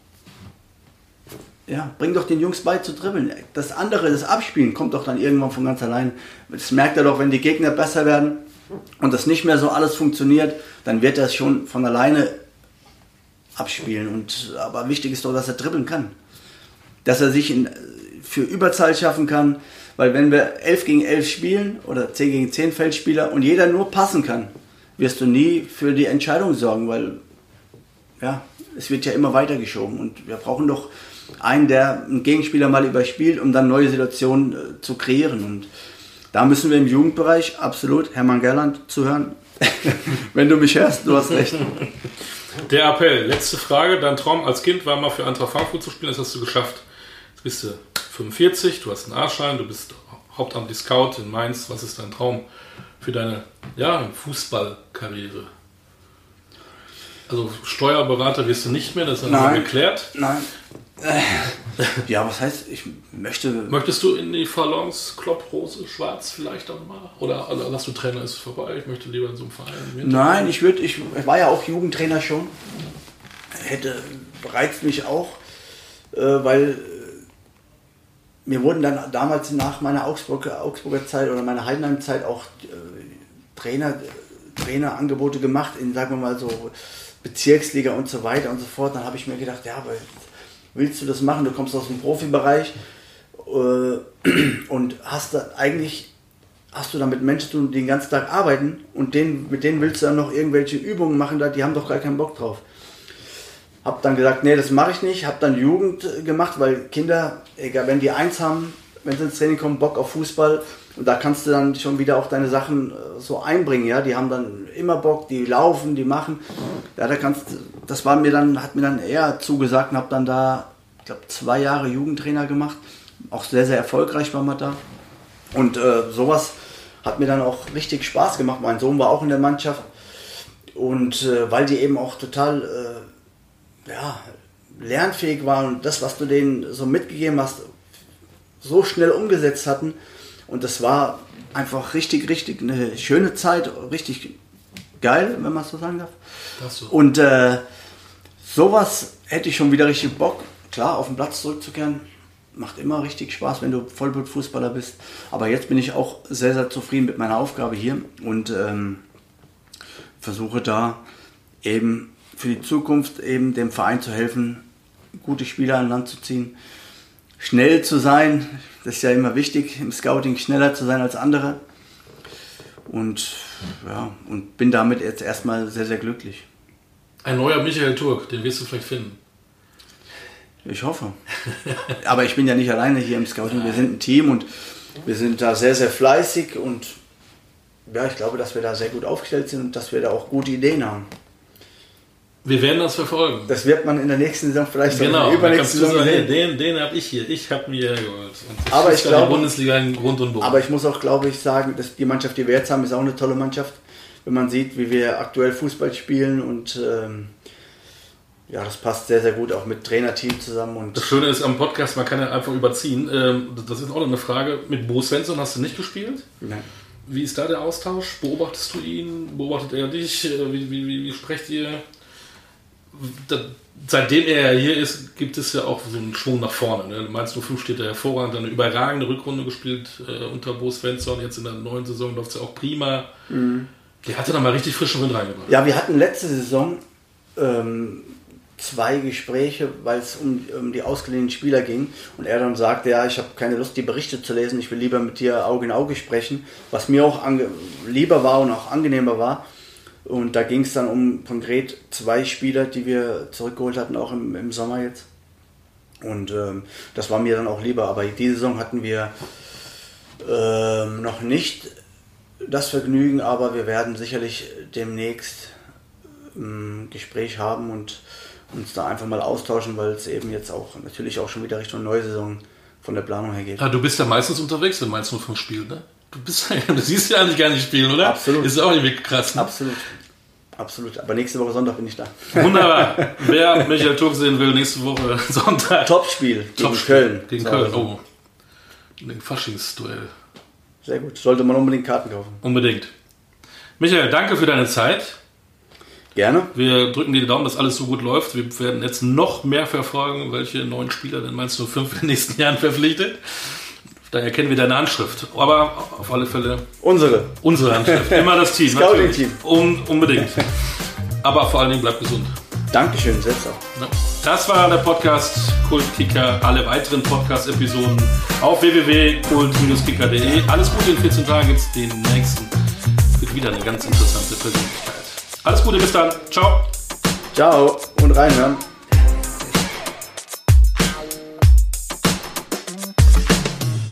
Ja, bring doch den Jungs bei zu dribbeln. Das andere, das Abspielen, kommt doch dann irgendwann von ganz allein. Das merkt er doch, wenn die Gegner besser werden und das nicht mehr so alles funktioniert, dann wird er es schon von alleine abspielen. Und, aber wichtig ist doch, dass er dribbeln kann. Dass er sich in, für Überzahl schaffen kann, weil wenn wir elf gegen elf spielen oder zehn gegen zehn Feldspieler und jeder nur passen kann, wirst du nie für die Entscheidung sorgen, weil ja, es wird ja immer weitergeschoben und wir brauchen doch einen, der einen Gegenspieler mal überspielt, um dann neue Situationen äh, zu kreieren. Und da müssen wir im Jugendbereich absolut Hermann Gerland zuhören. Wenn du mich hörst, du hast recht. Der Appell, letzte Frage. Dein Traum als Kind war mal für Eintracht Frankfurt zu spielen, das hast du geschafft. Jetzt bist du fünfundvierzig, du hast einen A-Schein, du bist hauptamtlich Scout in Mainz. Was ist dein Traum für deine ja, Fußballkarriere? Also Steuerberater wirst du nicht mehr, das haben wir geklärt. Nein. Ja, was heißt, ich möchte... Möchtest du in die Phalanx, Klopp, Rose, Schwarz vielleicht auch mal? Oder also, lass du Trainer, ist vorbei, ich möchte lieber in so einem Verein... Nein, ich würde, ich war ja auch Jugendtrainer schon. Hätte, reizt mich auch, äh, weil äh, mir wurden dann damals nach meiner Augsburger, Augsburger Zeit oder meiner Heidenheim-Zeit auch äh, Trainer, Trainerangebote gemacht in, sagen wir mal so, Bezirksliga und so weiter und so fort. Dann habe ich mir gedacht, ja, aber willst du das machen? Du kommst aus dem Profibereich äh, und hast da eigentlich, hast du da mit Menschen zu tun, die den ganzen Tag arbeiten und denen, mit denen willst du dann noch irgendwelche Übungen machen, die haben doch gar keinen Bock drauf. Hab dann gesagt, nee, das mache ich nicht. Hab dann Jugend gemacht, weil Kinder, egal, wenn die eins haben, wenn sie ins Training kommen, Bock auf Fußball, und da kannst du dann schon wieder auch deine Sachen so einbringen, ja, die haben dann immer Bock, die laufen, die machen, ja, da kannst, das war mir dann, hat mir dann eher zugesagt und habe dann da, ich glaube, zwei Jahre Jugendtrainer gemacht, auch sehr, sehr erfolgreich war man da und äh, sowas hat mir dann auch richtig Spaß gemacht, mein Sohn war auch in der Mannschaft und äh, weil die eben auch total, äh, ja, lernfähig waren und das, was du denen so mitgegeben hast, so schnell umgesetzt hatten. Und das war einfach richtig, richtig eine schöne Zeit, richtig geil, wenn man es so sagen darf. Das so. Und äh, sowas hätte ich schon wieder richtig Bock. Klar, auf den Platz zurückzukehren, macht immer richtig Spaß, wenn du Vollblutfußballer bist. Aber jetzt bin ich auch sehr, sehr zufrieden mit meiner Aufgabe hier und ähm, versuche da eben für die Zukunft eben dem Verein zu helfen, gute Spieler an Land zu ziehen, schnell zu sein. Das ist ja immer wichtig, im Scouting schneller zu sein als andere. Und, ja, und bin damit jetzt erstmal sehr, sehr glücklich. Ein neuer Michael Turk, den wirst du vielleicht finden. Ich hoffe. Aber ich bin ja nicht alleine hier im Scouting. Wir sind ein Team und wir sind da sehr, sehr fleißig. Und ja, ich glaube, dass wir da sehr gut aufgestellt sind und dass wir da auch gute Ideen haben. Wir werden das verfolgen. Das wird man in der nächsten Saison vielleicht genau, in der übernächsten Saison sagen, sehen. Den, den habe ich hier. Ich habe mir geholt. Und aber ich glaube, die Bundesliga in Grund und Boden. Aber ich muss auch, glaube ich, sagen, dass die Mannschaft, die wir jetzt haben, ist auch eine tolle Mannschaft. Wenn man sieht, wie wir aktuell Fußball spielen und ähm, ja, das passt sehr, sehr gut auch mit Trainerteam zusammen. Und das Schöne ist am Podcast, man kann ja einfach überziehen. Ähm, das ist auch noch eine Frage. Mit Bo Svensson hast du nicht gespielt? Nein. Wie ist da der Austausch? Beobachtest du ihn? Beobachtet er dich? Wie, wie, wie, wie sprecht ihr? Da, seitdem er hier ist, gibt es ja auch so einen Schwung nach vorne. Ne? Mainz null fünf steht er hervorragend, eine überragende Rückrunde gespielt äh, unter Bo Svensson. Jetzt in der neuen Saison läuft es ja auch prima. Mhm. Der hatte da mal richtig frischen Wind reingebracht. Ja, wir hatten letzte Saison ähm, zwei Gespräche, weil es um, um die ausgeliehenen Spieler ging. Und er dann sagte, ja, ich habe keine Lust, die Berichte zu lesen, ich will lieber mit dir Auge in Auge sprechen. Was mir auch ange- lieber war und auch angenehmer war. Und da ging es dann um konkret zwei Spieler, die wir zurückgeholt hatten, auch im, im Sommer jetzt. Und ähm, das war mir dann auch lieber. Aber diese Saison hatten wir ähm, noch nicht das Vergnügen, aber wir werden sicherlich demnächst ein Gespräch haben und uns da einfach mal austauschen, weil es eben jetzt auch natürlich auch schon wieder Richtung neue Saison von der Planung her geht. Ja, du bist ja meistens unterwegs, wenn Mainz null fünf spielt, ne? Du bist ja, du siehst ja eigentlich gar nicht spielen, oder? Absolut. Ist auch irgendwie krass. Ne? Absolut. Absolut. Aber nächste Woche Sonntag bin ich da. Wunderbar. Wer Michael Turk sehen will, nächste Woche Sonntag. Topspiel gegen Top Köln. Gegen Köln, oh. Ein Faschingsduell. Sehr gut. Sollte man unbedingt Karten kaufen. Unbedingt. Michael, danke für deine Zeit. Gerne. Wir drücken dir die Daumen, dass alles so gut läuft. Wir werden jetzt noch mehr verfolgen, welche neuen Spieler denn Mainz null fünf in den nächsten Jahren verpflichtet. Da erkennen wir deine Handschrift. Aber auf alle Fälle... Unsere. Unsere Handschrift. Immer das Team. Scouting-Team. Un- unbedingt. Aber vor allen Dingen bleibt gesund. Dankeschön, selbst auch. Das war der Podcast Kultkicker. Alle weiteren Podcast-Episoden auf w w w punkt kult Bindestrich kicker punkt d e. Alles Gute, in vierzehn Tagen gibt es den nächsten. Wird wieder eine ganz interessante Persönlichkeit. Alles Gute, bis dann. Ciao. Ciao und reinhören.